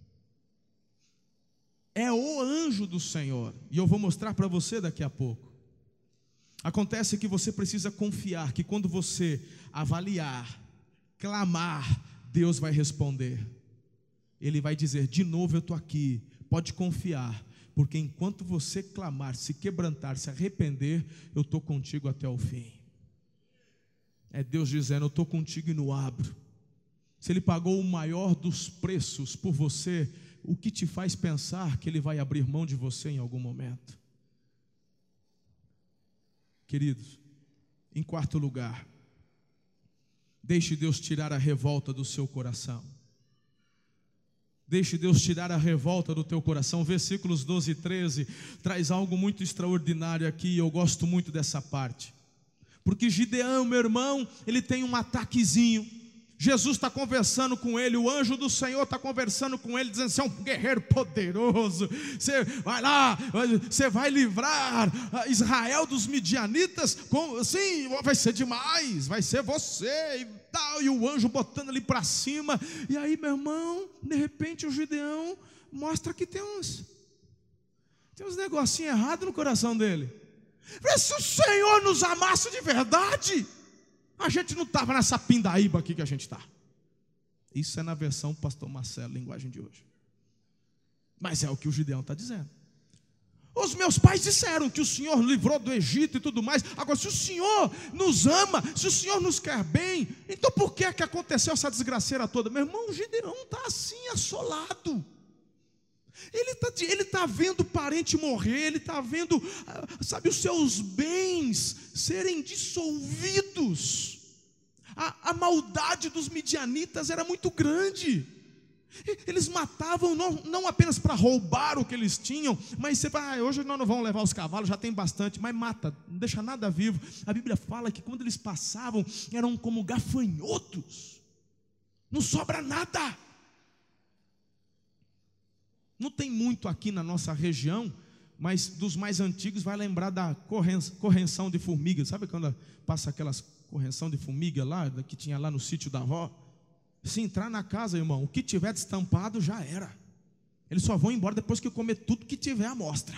É o anjo do Senhor. E eu vou mostrar para você daqui a pouco. Acontece que você precisa confiar que quando você avaliar, clamar, Deus vai responder. Ele vai dizer, de novo eu estou aqui, pode confiar, porque enquanto você clamar, se quebrantar, se arrepender, eu estou contigo até o fim. É Deus dizendo, eu estou contigo e não abro. Se Ele pagou o maior dos preços por você, o que te faz pensar que Ele vai abrir mão de você em algum momento? Queridos, em quarto lugar, deixe Deus tirar a revolta do seu coração. Deixe Deus tirar a revolta do teu coração. Versículos doze e treze traz algo muito extraordinário aqui, e eu gosto muito dessa parte. Porque Gideão, meu irmão, ele tem um ataquezinho. Jesus está conversando com ele, o anjo do Senhor está conversando com ele, dizendo, você é um guerreiro poderoso, você vai lá, você vai livrar Israel dos midianitas, com, sim, vai ser demais, vai ser você, e tal, e o anjo botando ele para cima, e aí, meu irmão, de repente o Gideão mostra que tem uns, tem uns negocinhos errados no coração dele. Se o Senhor nos amasse de verdade, a gente não estava nessa pindaíba aqui que a gente está. Isso é na versão pastor Marcelo, linguagem de hoje. Mas é o que o Gideão está dizendo. Os meus pais disseram que o Senhor livrou do Egito e tudo mais. Agora, se o Senhor nos ama, se o Senhor nos quer bem, então por que é que aconteceu essa desgraceira toda? Meu irmão, o Gideão está assim, assolado. Ele está ele tá vendo o parente morrer, ele está vendo, sabe, os seus bens serem dissolvidos. A, a maldade dos midianitas era muito grande. Eles matavam não, não apenas para roubar o que eles tinham, mas você fala, ah, hoje nós não vamos levar os cavalos, já tem bastante, mas mata, não deixa nada vivo. A Bíblia fala que quando eles passavam, eram como gafanhotos, não sobra nada. Não tem muito aqui na nossa região, mas dos mais antigos vai lembrar da correnção de formiga. Sabe quando passa aquelas correnção de formiga lá, que tinha lá no sítio da avó? Se entrar na casa, irmão, o que tiver destampado já era. Eles só vão embora depois que comer tudo que tiver à mostra.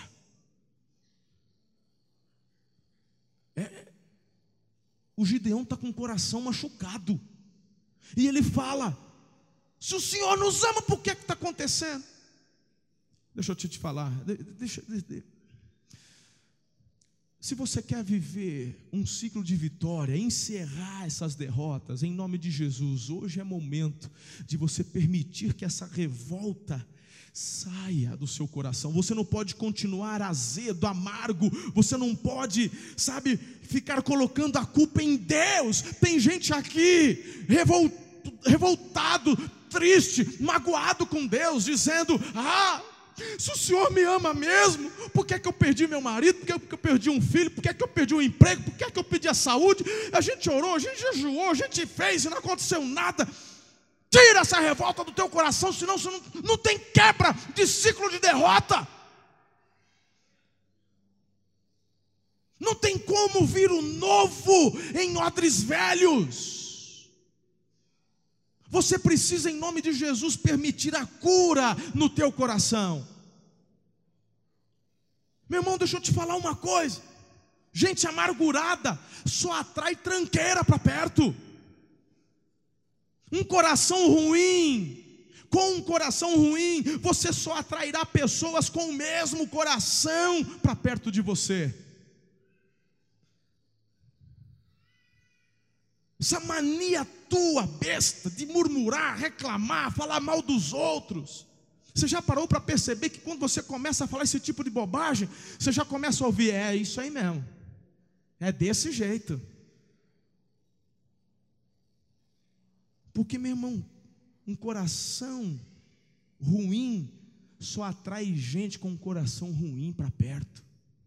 É, o Gideão está com o coração machucado. E ele fala, se o Senhor nos ama, por que está acontecendo? Deixa eu te, te falar, deixa, deixa. Se você quer viver um ciclo de vitória, encerrar essas derrotas, em nome de Jesus, hoje é momento de você permitir que essa revolta saia do seu coração. Você não pode continuar azedo, amargo, você não pode, sabe, ficar colocando a culpa em Deus. Tem gente aqui revoltado, triste, magoado com Deus, dizendo, ah, se o Senhor me ama mesmo, por que é que eu perdi meu marido? Por que é que eu perdi um filho? Por que é que eu perdi um emprego? Por que é que eu perdi a saúde? A gente orou, a gente jejuou, a gente fez e não aconteceu nada. Tira essa revolta do teu coração, senão você não, não tem quebra de ciclo de derrota. Não tem como como vir o novo em odres velhos. Você precisa, em nome de Jesus, permitir a cura no teu coração. Meu irmão, deixa eu te falar uma coisa. Gente amargurada só atrai tranqueira para perto. Um coração ruim, com um coração ruim, você só atrairá pessoas com o mesmo coração para perto de você. Essa mania tua, besta, de murmurar, reclamar, falar mal dos outros. Você já parou para perceber que quando você começa a falar esse tipo de bobagem, você já começa a ouvir, é isso aí mesmo, é desse jeito. Porque, meu irmão, um coração ruim só atrai gente com um coração ruim para perto.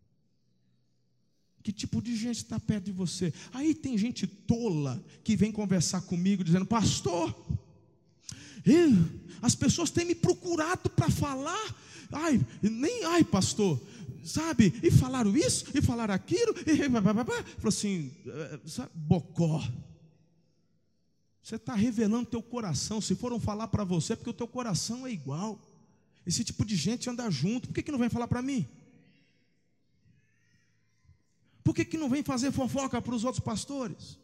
Que tipo de gente está perto de você? Aí tem gente tola que vem conversar comigo dizendo, pastor, eu, as pessoas têm me procurado para falar, ai, nem, ai pastor, sabe, e falaram isso, e falaram aquilo, e falou assim, sabe, bocó. Você está revelando teu coração. Se foram falar para você, é porque o teu coração é igual. Esse tipo de gente anda junto. Por que, que não vem falar para mim? Por que, que não vem fazer fofoca para os outros pastores?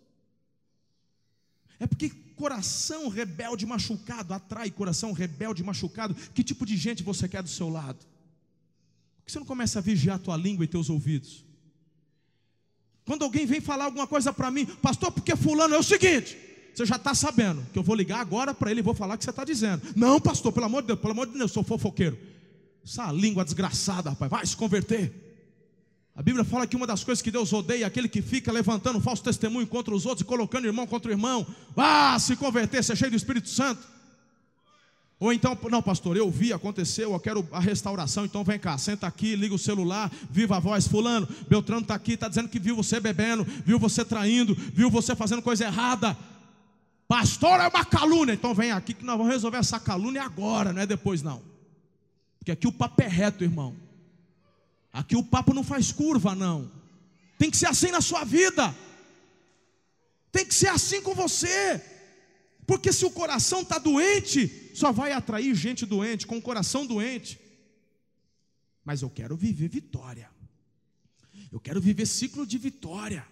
É porque coração rebelde machucado atrai coração rebelde machucado. Que tipo de gente você quer do seu lado? Por que você não começa a vigiar a tua língua e teus ouvidos? Quando alguém vem falar alguma coisa para mim, pastor, porque fulano é o seguinte, você já está sabendo que eu vou ligar agora para ele e vou falar o que você está dizendo. Não, pastor, pelo amor de Deus, pelo amor de Deus, eu sou fofoqueiro. Essa língua desgraçada, rapaz, vai se converter. A Bíblia fala que uma das coisas que Deus odeia é aquele que fica levantando falso testemunho contra os outros e colocando irmão contra irmão. Vá se converter, ser cheio do Espírito Santo. Ou então, não pastor, eu vi, aconteceu, eu quero a restauração, então vem cá, senta aqui, liga o celular, viva a voz, fulano, Beltrano está aqui, está dizendo que viu você bebendo, viu você traindo, viu você fazendo coisa errada. Pastor, é uma calúnia, então vem aqui que nós vamos resolver essa calúnia agora, não é depois não. Porque aqui o papo é reto, irmão. Aqui o papo não faz curva, não. Tem que ser assim na sua vida. Tem que ser assim com você. Porque se o coração está doente, só vai atrair gente doente, com o coração doente. Mas eu quero viver vitória. Eu quero viver ciclo de vitória.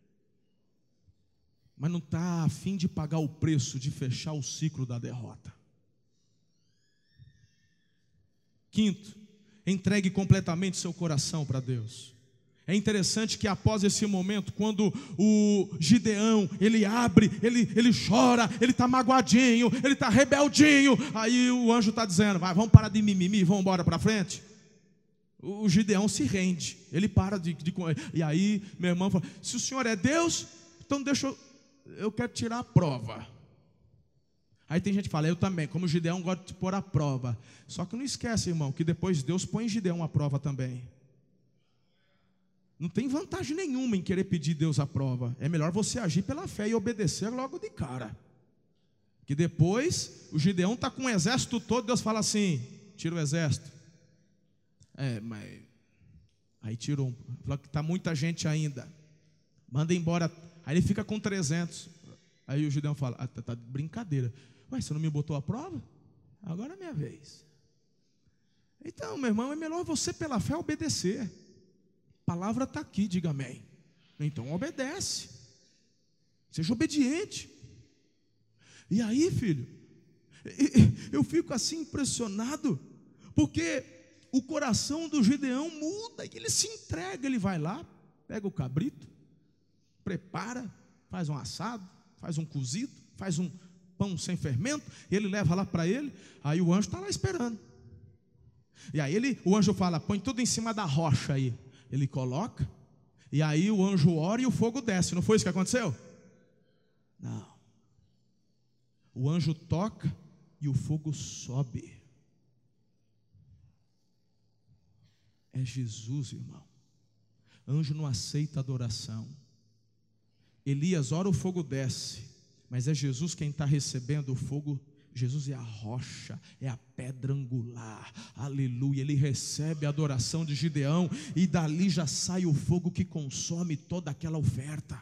Mas não está a fim de pagar o preço de fechar o ciclo da derrota. Quinto, entregue completamente seu coração para Deus. É interessante que após esse momento, quando o Gideão, ele abre, ele, ele chora, ele está magoadinho, ele está rebeldinho, aí o anjo está dizendo, vai, vamos parar de mimimi, vamos embora para frente. O Gideão se rende, ele para de, de... E aí meu irmão fala, se o Senhor é Deus, então deixa eu, eu quero tirar a prova. Aí tem gente que fala, eu também, como Gideão gosta de pôr a prova. Só que não esquece, irmão, que depois Deus põe Gideão à prova também. Não tem vantagem nenhuma em querer pedir Deus a prova. É melhor você agir pela fé e obedecer logo de cara. Que depois o Gideão está com o exército todo, Deus fala assim, tira o exército. É, mas aí tirou, fala que está muita gente ainda, manda embora. Aí ele fica com trezentos. Aí o Gideão fala, ah, tá, tá de brincadeira. Ué, você não me botou a prova? Agora é minha vez. Então, meu irmão, é melhor você pela fé obedecer. A palavra está aqui, diga amém. Então obedece. Seja obediente. E aí, filho, eu fico assim impressionado, porque o coração do Gideão muda, e ele se entrega, ele vai lá, pega o cabrito, prepara, faz um assado, faz um cozido, faz um pão sem fermento, ele leva lá para ele, aí o anjo está lá esperando. E aí ele, o anjo fala, põe tudo em cima da rocha aí. Ele coloca, e aí o anjo ora e o fogo desce. Não foi isso que aconteceu? Não. O anjo toca e o fogo sobe. É Jesus, irmão. Anjo não aceita adoração. Elias ora, o fogo desce. Mas é Jesus quem está recebendo, o fogo Jesus é a rocha, é a pedra angular, aleluia. Ele recebe a adoração de Gideão, e dali já sai o fogo que consome toda aquela oferta.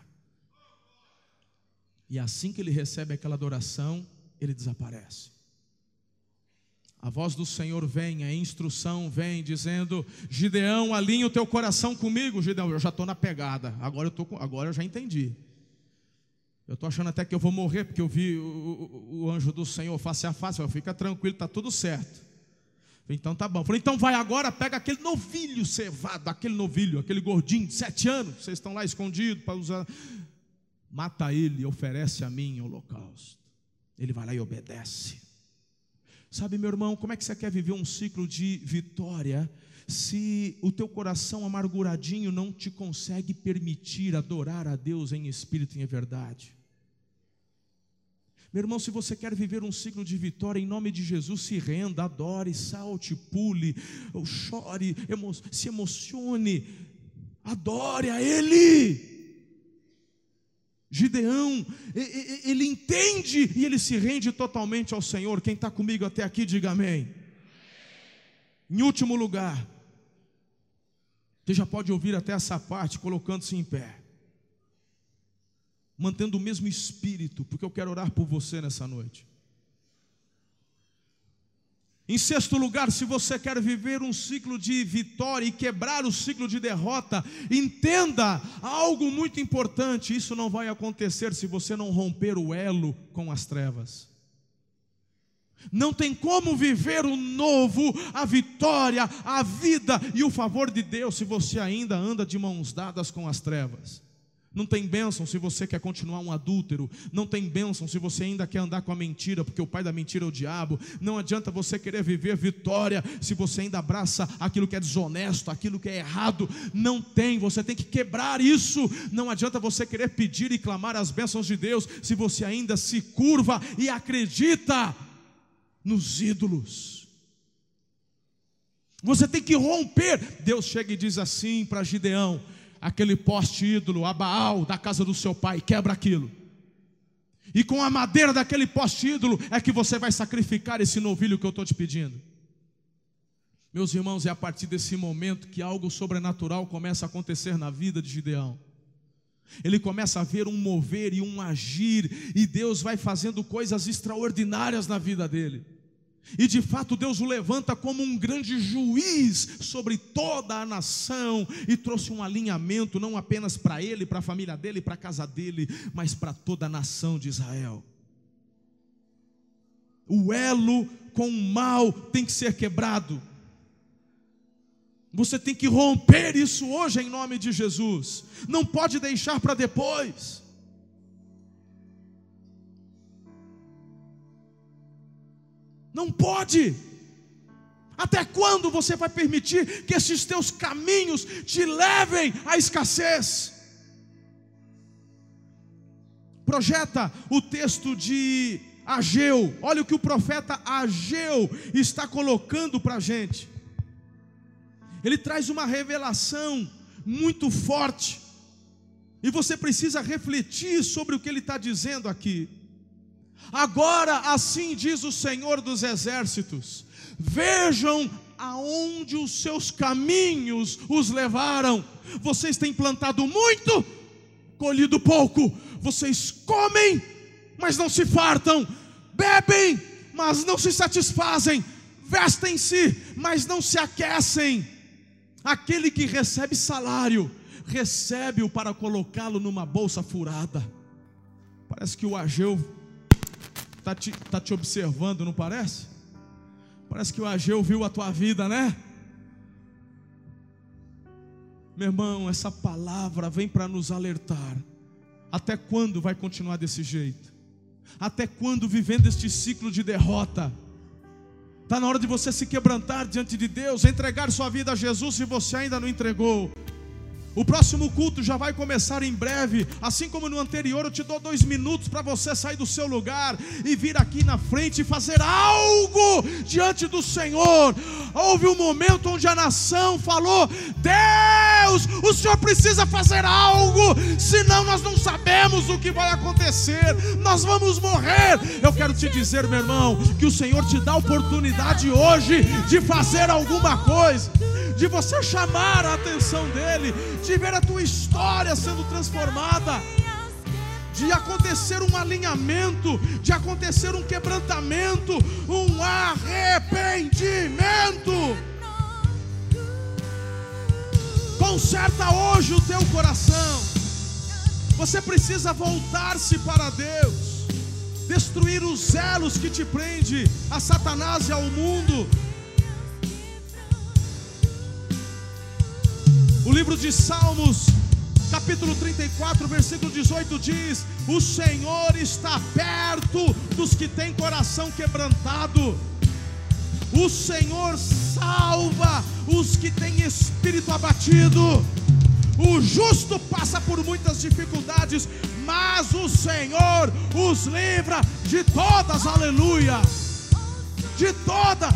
E assim que ele recebe aquela adoração, ele desaparece. A voz do Senhor vem, a instrução vem dizendo: Gideão, alinha o teu coração comigo. Gideão, eu já estou na pegada, agora eu, tô, agora eu já entendi. Eu estou achando até que eu vou morrer, porque eu vi o, o, o anjo do Senhor face a face. Eu falei, fica tranquilo, está tudo certo. Então tá bom. Eu falei, então vai agora, pega aquele novilho cevado, aquele novilho, aquele gordinho de sete anos, vocês estão lá escondidos para usar. Mata ele e oferece a mim em holocausto. Ele vai lá e obedece. Sabe, meu irmão, como é que você quer viver um ciclo de vitória se o teu coração amarguradinho não te consegue permitir adorar a Deus em espírito e em verdade? Meu irmão, se você quer viver um ciclo de vitória, em nome de Jesus, se renda, adore, salte, pule, chore, emo- se emocione, adore a Ele. Gideão, ele entende e ele se rende totalmente ao Senhor. Quem está comigo até aqui, diga amém. Em último lugar, você já pode ouvir até essa parte colocando-se em pé, mantendo o mesmo espírito, porque eu quero orar por você nessa noite. Em sexto lugar, se você quer viver um ciclo de vitória e quebrar o ciclo de derrota, entenda algo muito importante: isso não vai acontecer se você não romper o elo com as trevas. Não tem como viver o novo, a vitória, a vida e o favor de Deus se você ainda anda de mãos dadas com as trevas. Não tem bênção se você quer continuar um adúltero. Não tem bênção se você ainda quer andar com a mentira, porque o pai da mentira é o diabo. Não adianta você querer viver vitória se você ainda abraça aquilo que é desonesto, aquilo que é errado. Não tem, você tem que quebrar isso. Não adianta você querer pedir e clamar as bênçãos de Deus se você ainda se curva e acredita nos ídolos. Você tem que romper. Deus chega e diz assim para Gideão: aquele poste ídolo, a Baal, da casa do seu pai, quebra aquilo. E com a madeira daquele poste ídolo é que você vai sacrificar esse novilho que eu estou te pedindo. Meus irmãos, é a partir desse momento que algo sobrenatural começa a acontecer na vida de Gideão. Ele começa a ver um mover e um agir, e Deus vai fazendo coisas extraordinárias na vida dele. E de fato Deus o levanta como um grande juiz sobre toda a nação, e trouxe um alinhamento não apenas para ele, para a família dele, para a casa dele, mas para toda a nação de Israel. O elo com o mal tem que ser quebrado. Você tem que romper isso hoje em nome de Jesus. Não pode deixar para depois. Não pode. Até quando você vai permitir que esses teus caminhos te levem à escassez? Projeta o texto de Ageu. Olha o que o profeta Ageu está colocando para a gente. Ele traz uma revelação muito forte, e você precisa refletir sobre o que ele está dizendo aqui. Agora assim diz o Senhor dos exércitos: vejam aonde os seus caminhos os levaram. Vocês têm plantado muito, colhido pouco. Vocês comem, mas não se fartam. Bebem, mas não se satisfazem. Vestem-se, mas não se aquecem. Aquele que recebe salário, recebe-o para colocá-lo numa bolsa furada. Parece que o Ageu Está te, tá te observando, não parece? Parece que o Ageu viu a tua vida, né? Meu irmão, essa palavra vem para nos alertar. Até quando vai continuar desse jeito? Até quando vivendo este ciclo de derrota? Está na hora de você se quebrantar diante de Deus, entregar sua vida a Jesus se você ainda não entregou. O próximo culto já vai começar em breve. Assim como no anterior, eu te dou dois minutos para você sair do seu lugar e vir aqui na frente e fazer algo diante do Senhor. Houve um momento onde a nação falou: Deus, o Senhor precisa fazer algo, senão nós não sabemos o que vai acontecer, nós vamos morrer. Eu quero te dizer, meu irmão, que o Senhor te dá a oportunidade hoje de fazer alguma coisa, de você chamar a atenção dEle, de ver a tua história sendo transformada, de acontecer um alinhamento, de acontecer um quebrantamento, um arrependimento. Conserta hoje o teu coração. Você precisa voltar-se para Deus, destruir os elos que te prende a Satanás e ao mundo. O livro de Salmos, capítulo trinta e quatro, versículo dezoito diz: o Senhor está perto dos que têm coração quebrantado. O Senhor salva os que têm espírito abatido. O justo passa por muitas dificuldades, mas o Senhor os livra de todas, aleluia, de todas.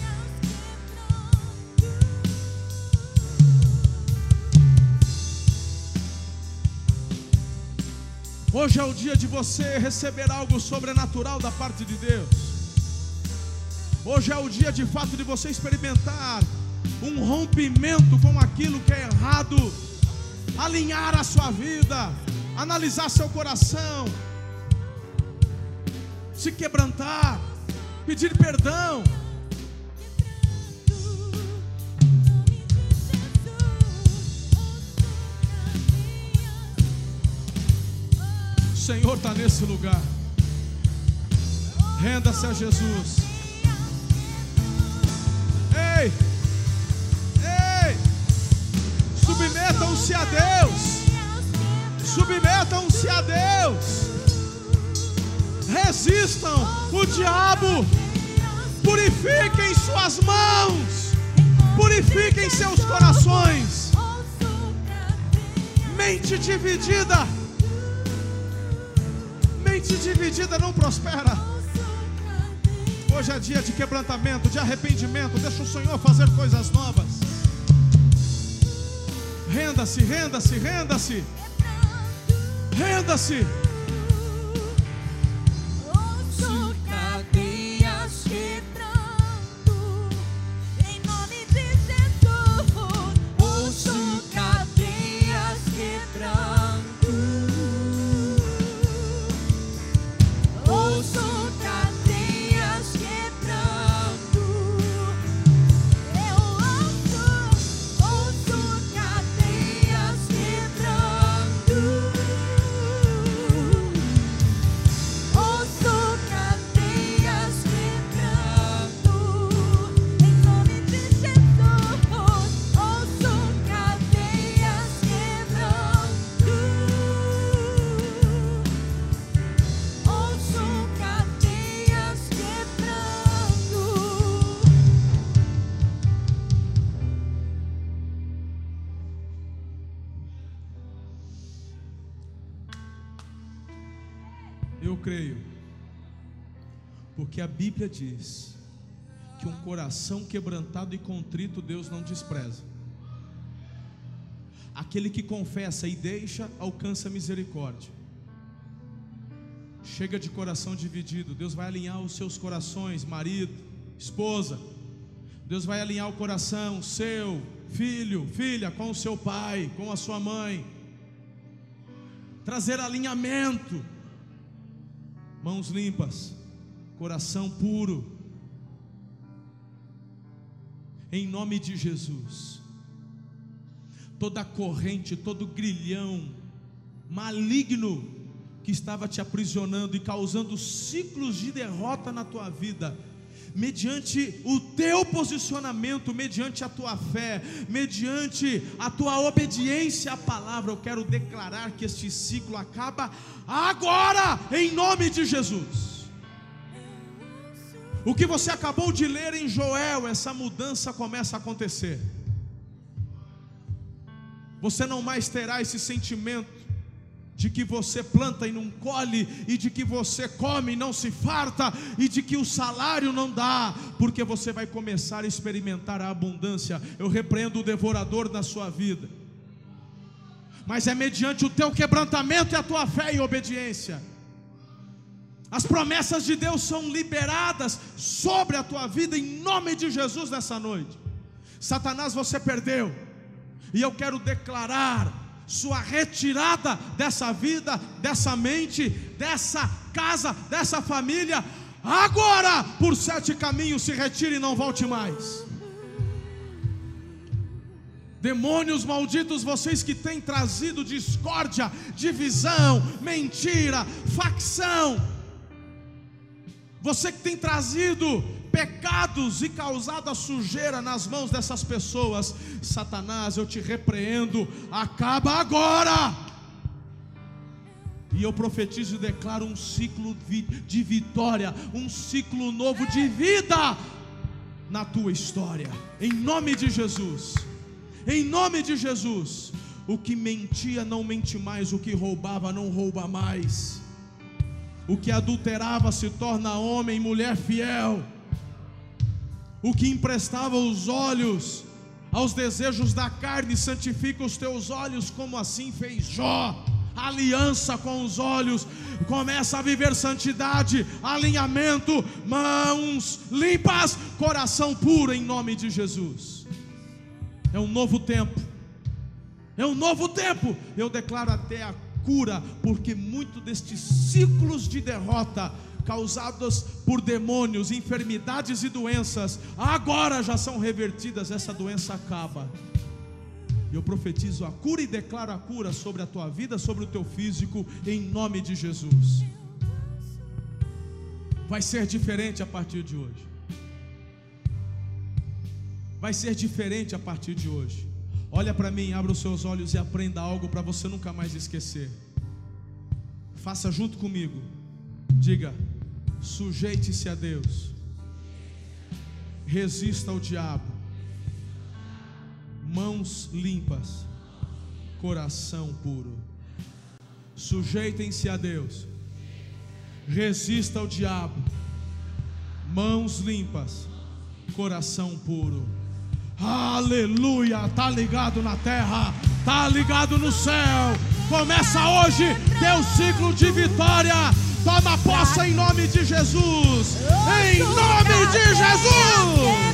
Hoje é o dia de você receber algo sobrenatural da parte de Deus. Hoje é o dia de fato de você experimentar um rompimento com aquilo que é errado, alinhar a sua vida, analisar seu coração, se quebrantar, pedir perdão. O Senhor está nesse lugar. Renda-se a Jesus. Ei, ei, submetam-se a Deus, submetam-se a Deus, resistam o diabo, purifiquem suas mãos, purifiquem seus corações. Mente dividida, mente dividida não prospera. Hoje é dia de quebrantamento, de arrependimento. Deixa o Senhor fazer coisas novas. Renda-se, renda-se, renda-se, renda-se. Ouço cadeias quebrando, em nome de Jesus. Ouço cadeias quebrando. Ouço cadeias quebrando. Eu ouço, ouço cadeias quebrando. Ouço cadeias quebrando, em nome de Jesus. Ouço cadeias quebrando. Ouço cadeias quebrando. Eu creio, porque a Bíblia diz que um coração quebrantado e contrito Deus não despreza. Aquele que confessa e deixa alcança misericórdia. Chega de coração dividido. Deus vai alinhar os seus corações, marido, esposa. Deus vai alinhar o coração seu, filho, filha, com o seu pai, com a sua mãe. Trazer alinhamento. Mãos limpas, coração puro, em nome de Jesus. Toda corrente, todo grilhão maligno que estava te aprisionando e causando ciclos de derrota na tua vida, mediante o teu posicionamento, mediante a tua fé, mediante a tua obediência à palavra, eu quero declarar que este ciclo acaba agora, em nome de Jesus. O que você acabou de ler em Joel, essa mudança começa a acontecer. Você não mais terá esse sentimento de que você planta e não colhe, e de que você come e não se farta, e de que o salário não dá, porque você vai começar a experimentar a abundância. Eu repreendo o devorador na sua vida. mas é mediante o teu quebrantamento e a tua fé e obediência. As promessas de Deus são liberadas sobre a tua vida em nome de Jesus nessa noite. Satanás, você perdeu, e eu quero declarar sua retirada dessa vida, dessa mente, dessa casa, dessa família. Agora, por sete caminhos, se retire e não volte mais. Demônios malditos, vocês que têm trazido discórdia, divisão, mentira, facção, você que tem trazido pecados e causado a sujeira nas mãos dessas pessoas, Satanás, eu te repreendo, acaba agora. E eu profetizo e declaro um ciclo de vitória, um ciclo novo de vida na tua história, em nome de Jesus. Em nome de Jesus. O que mentia não mente mais, o que roubava não rouba mais, o que adulterava se torna homem e mulher fiel, o que emprestava os olhos aos desejos da carne santifica os teus olhos, como assim fez Jó. Aliança com os olhos, começa a viver santidade, alinhamento, mãos limpas, coração puro, em nome de Jesus. É um novo tempo, é um novo tempo. Eu declaro até a cura, porque muito destes ciclos de derrota causados por demônios, enfermidades e doenças, agora já são revertidas. Essa doença acaba. Eu profetizo a cura e declaro a cura sobre a tua vida, sobre o teu físico, em nome de Jesus. Vai ser diferente a partir de hoje. Vai ser diferente a partir de hoje. Olha para mim, abra os seus olhos e aprenda algo para você nunca mais esquecer. Faça junto comigo. Diga: sujeite-se a Deus, resista ao diabo, mãos limpas, coração puro. Sujeitem-se a Deus, resista ao diabo, mãos limpas, coração puro. Aleluia, tá ligado na terra, tá ligado no céu. Começa hoje teu ciclo de vitória. Toma posse em nome de Jesus. Em nome de Jesus.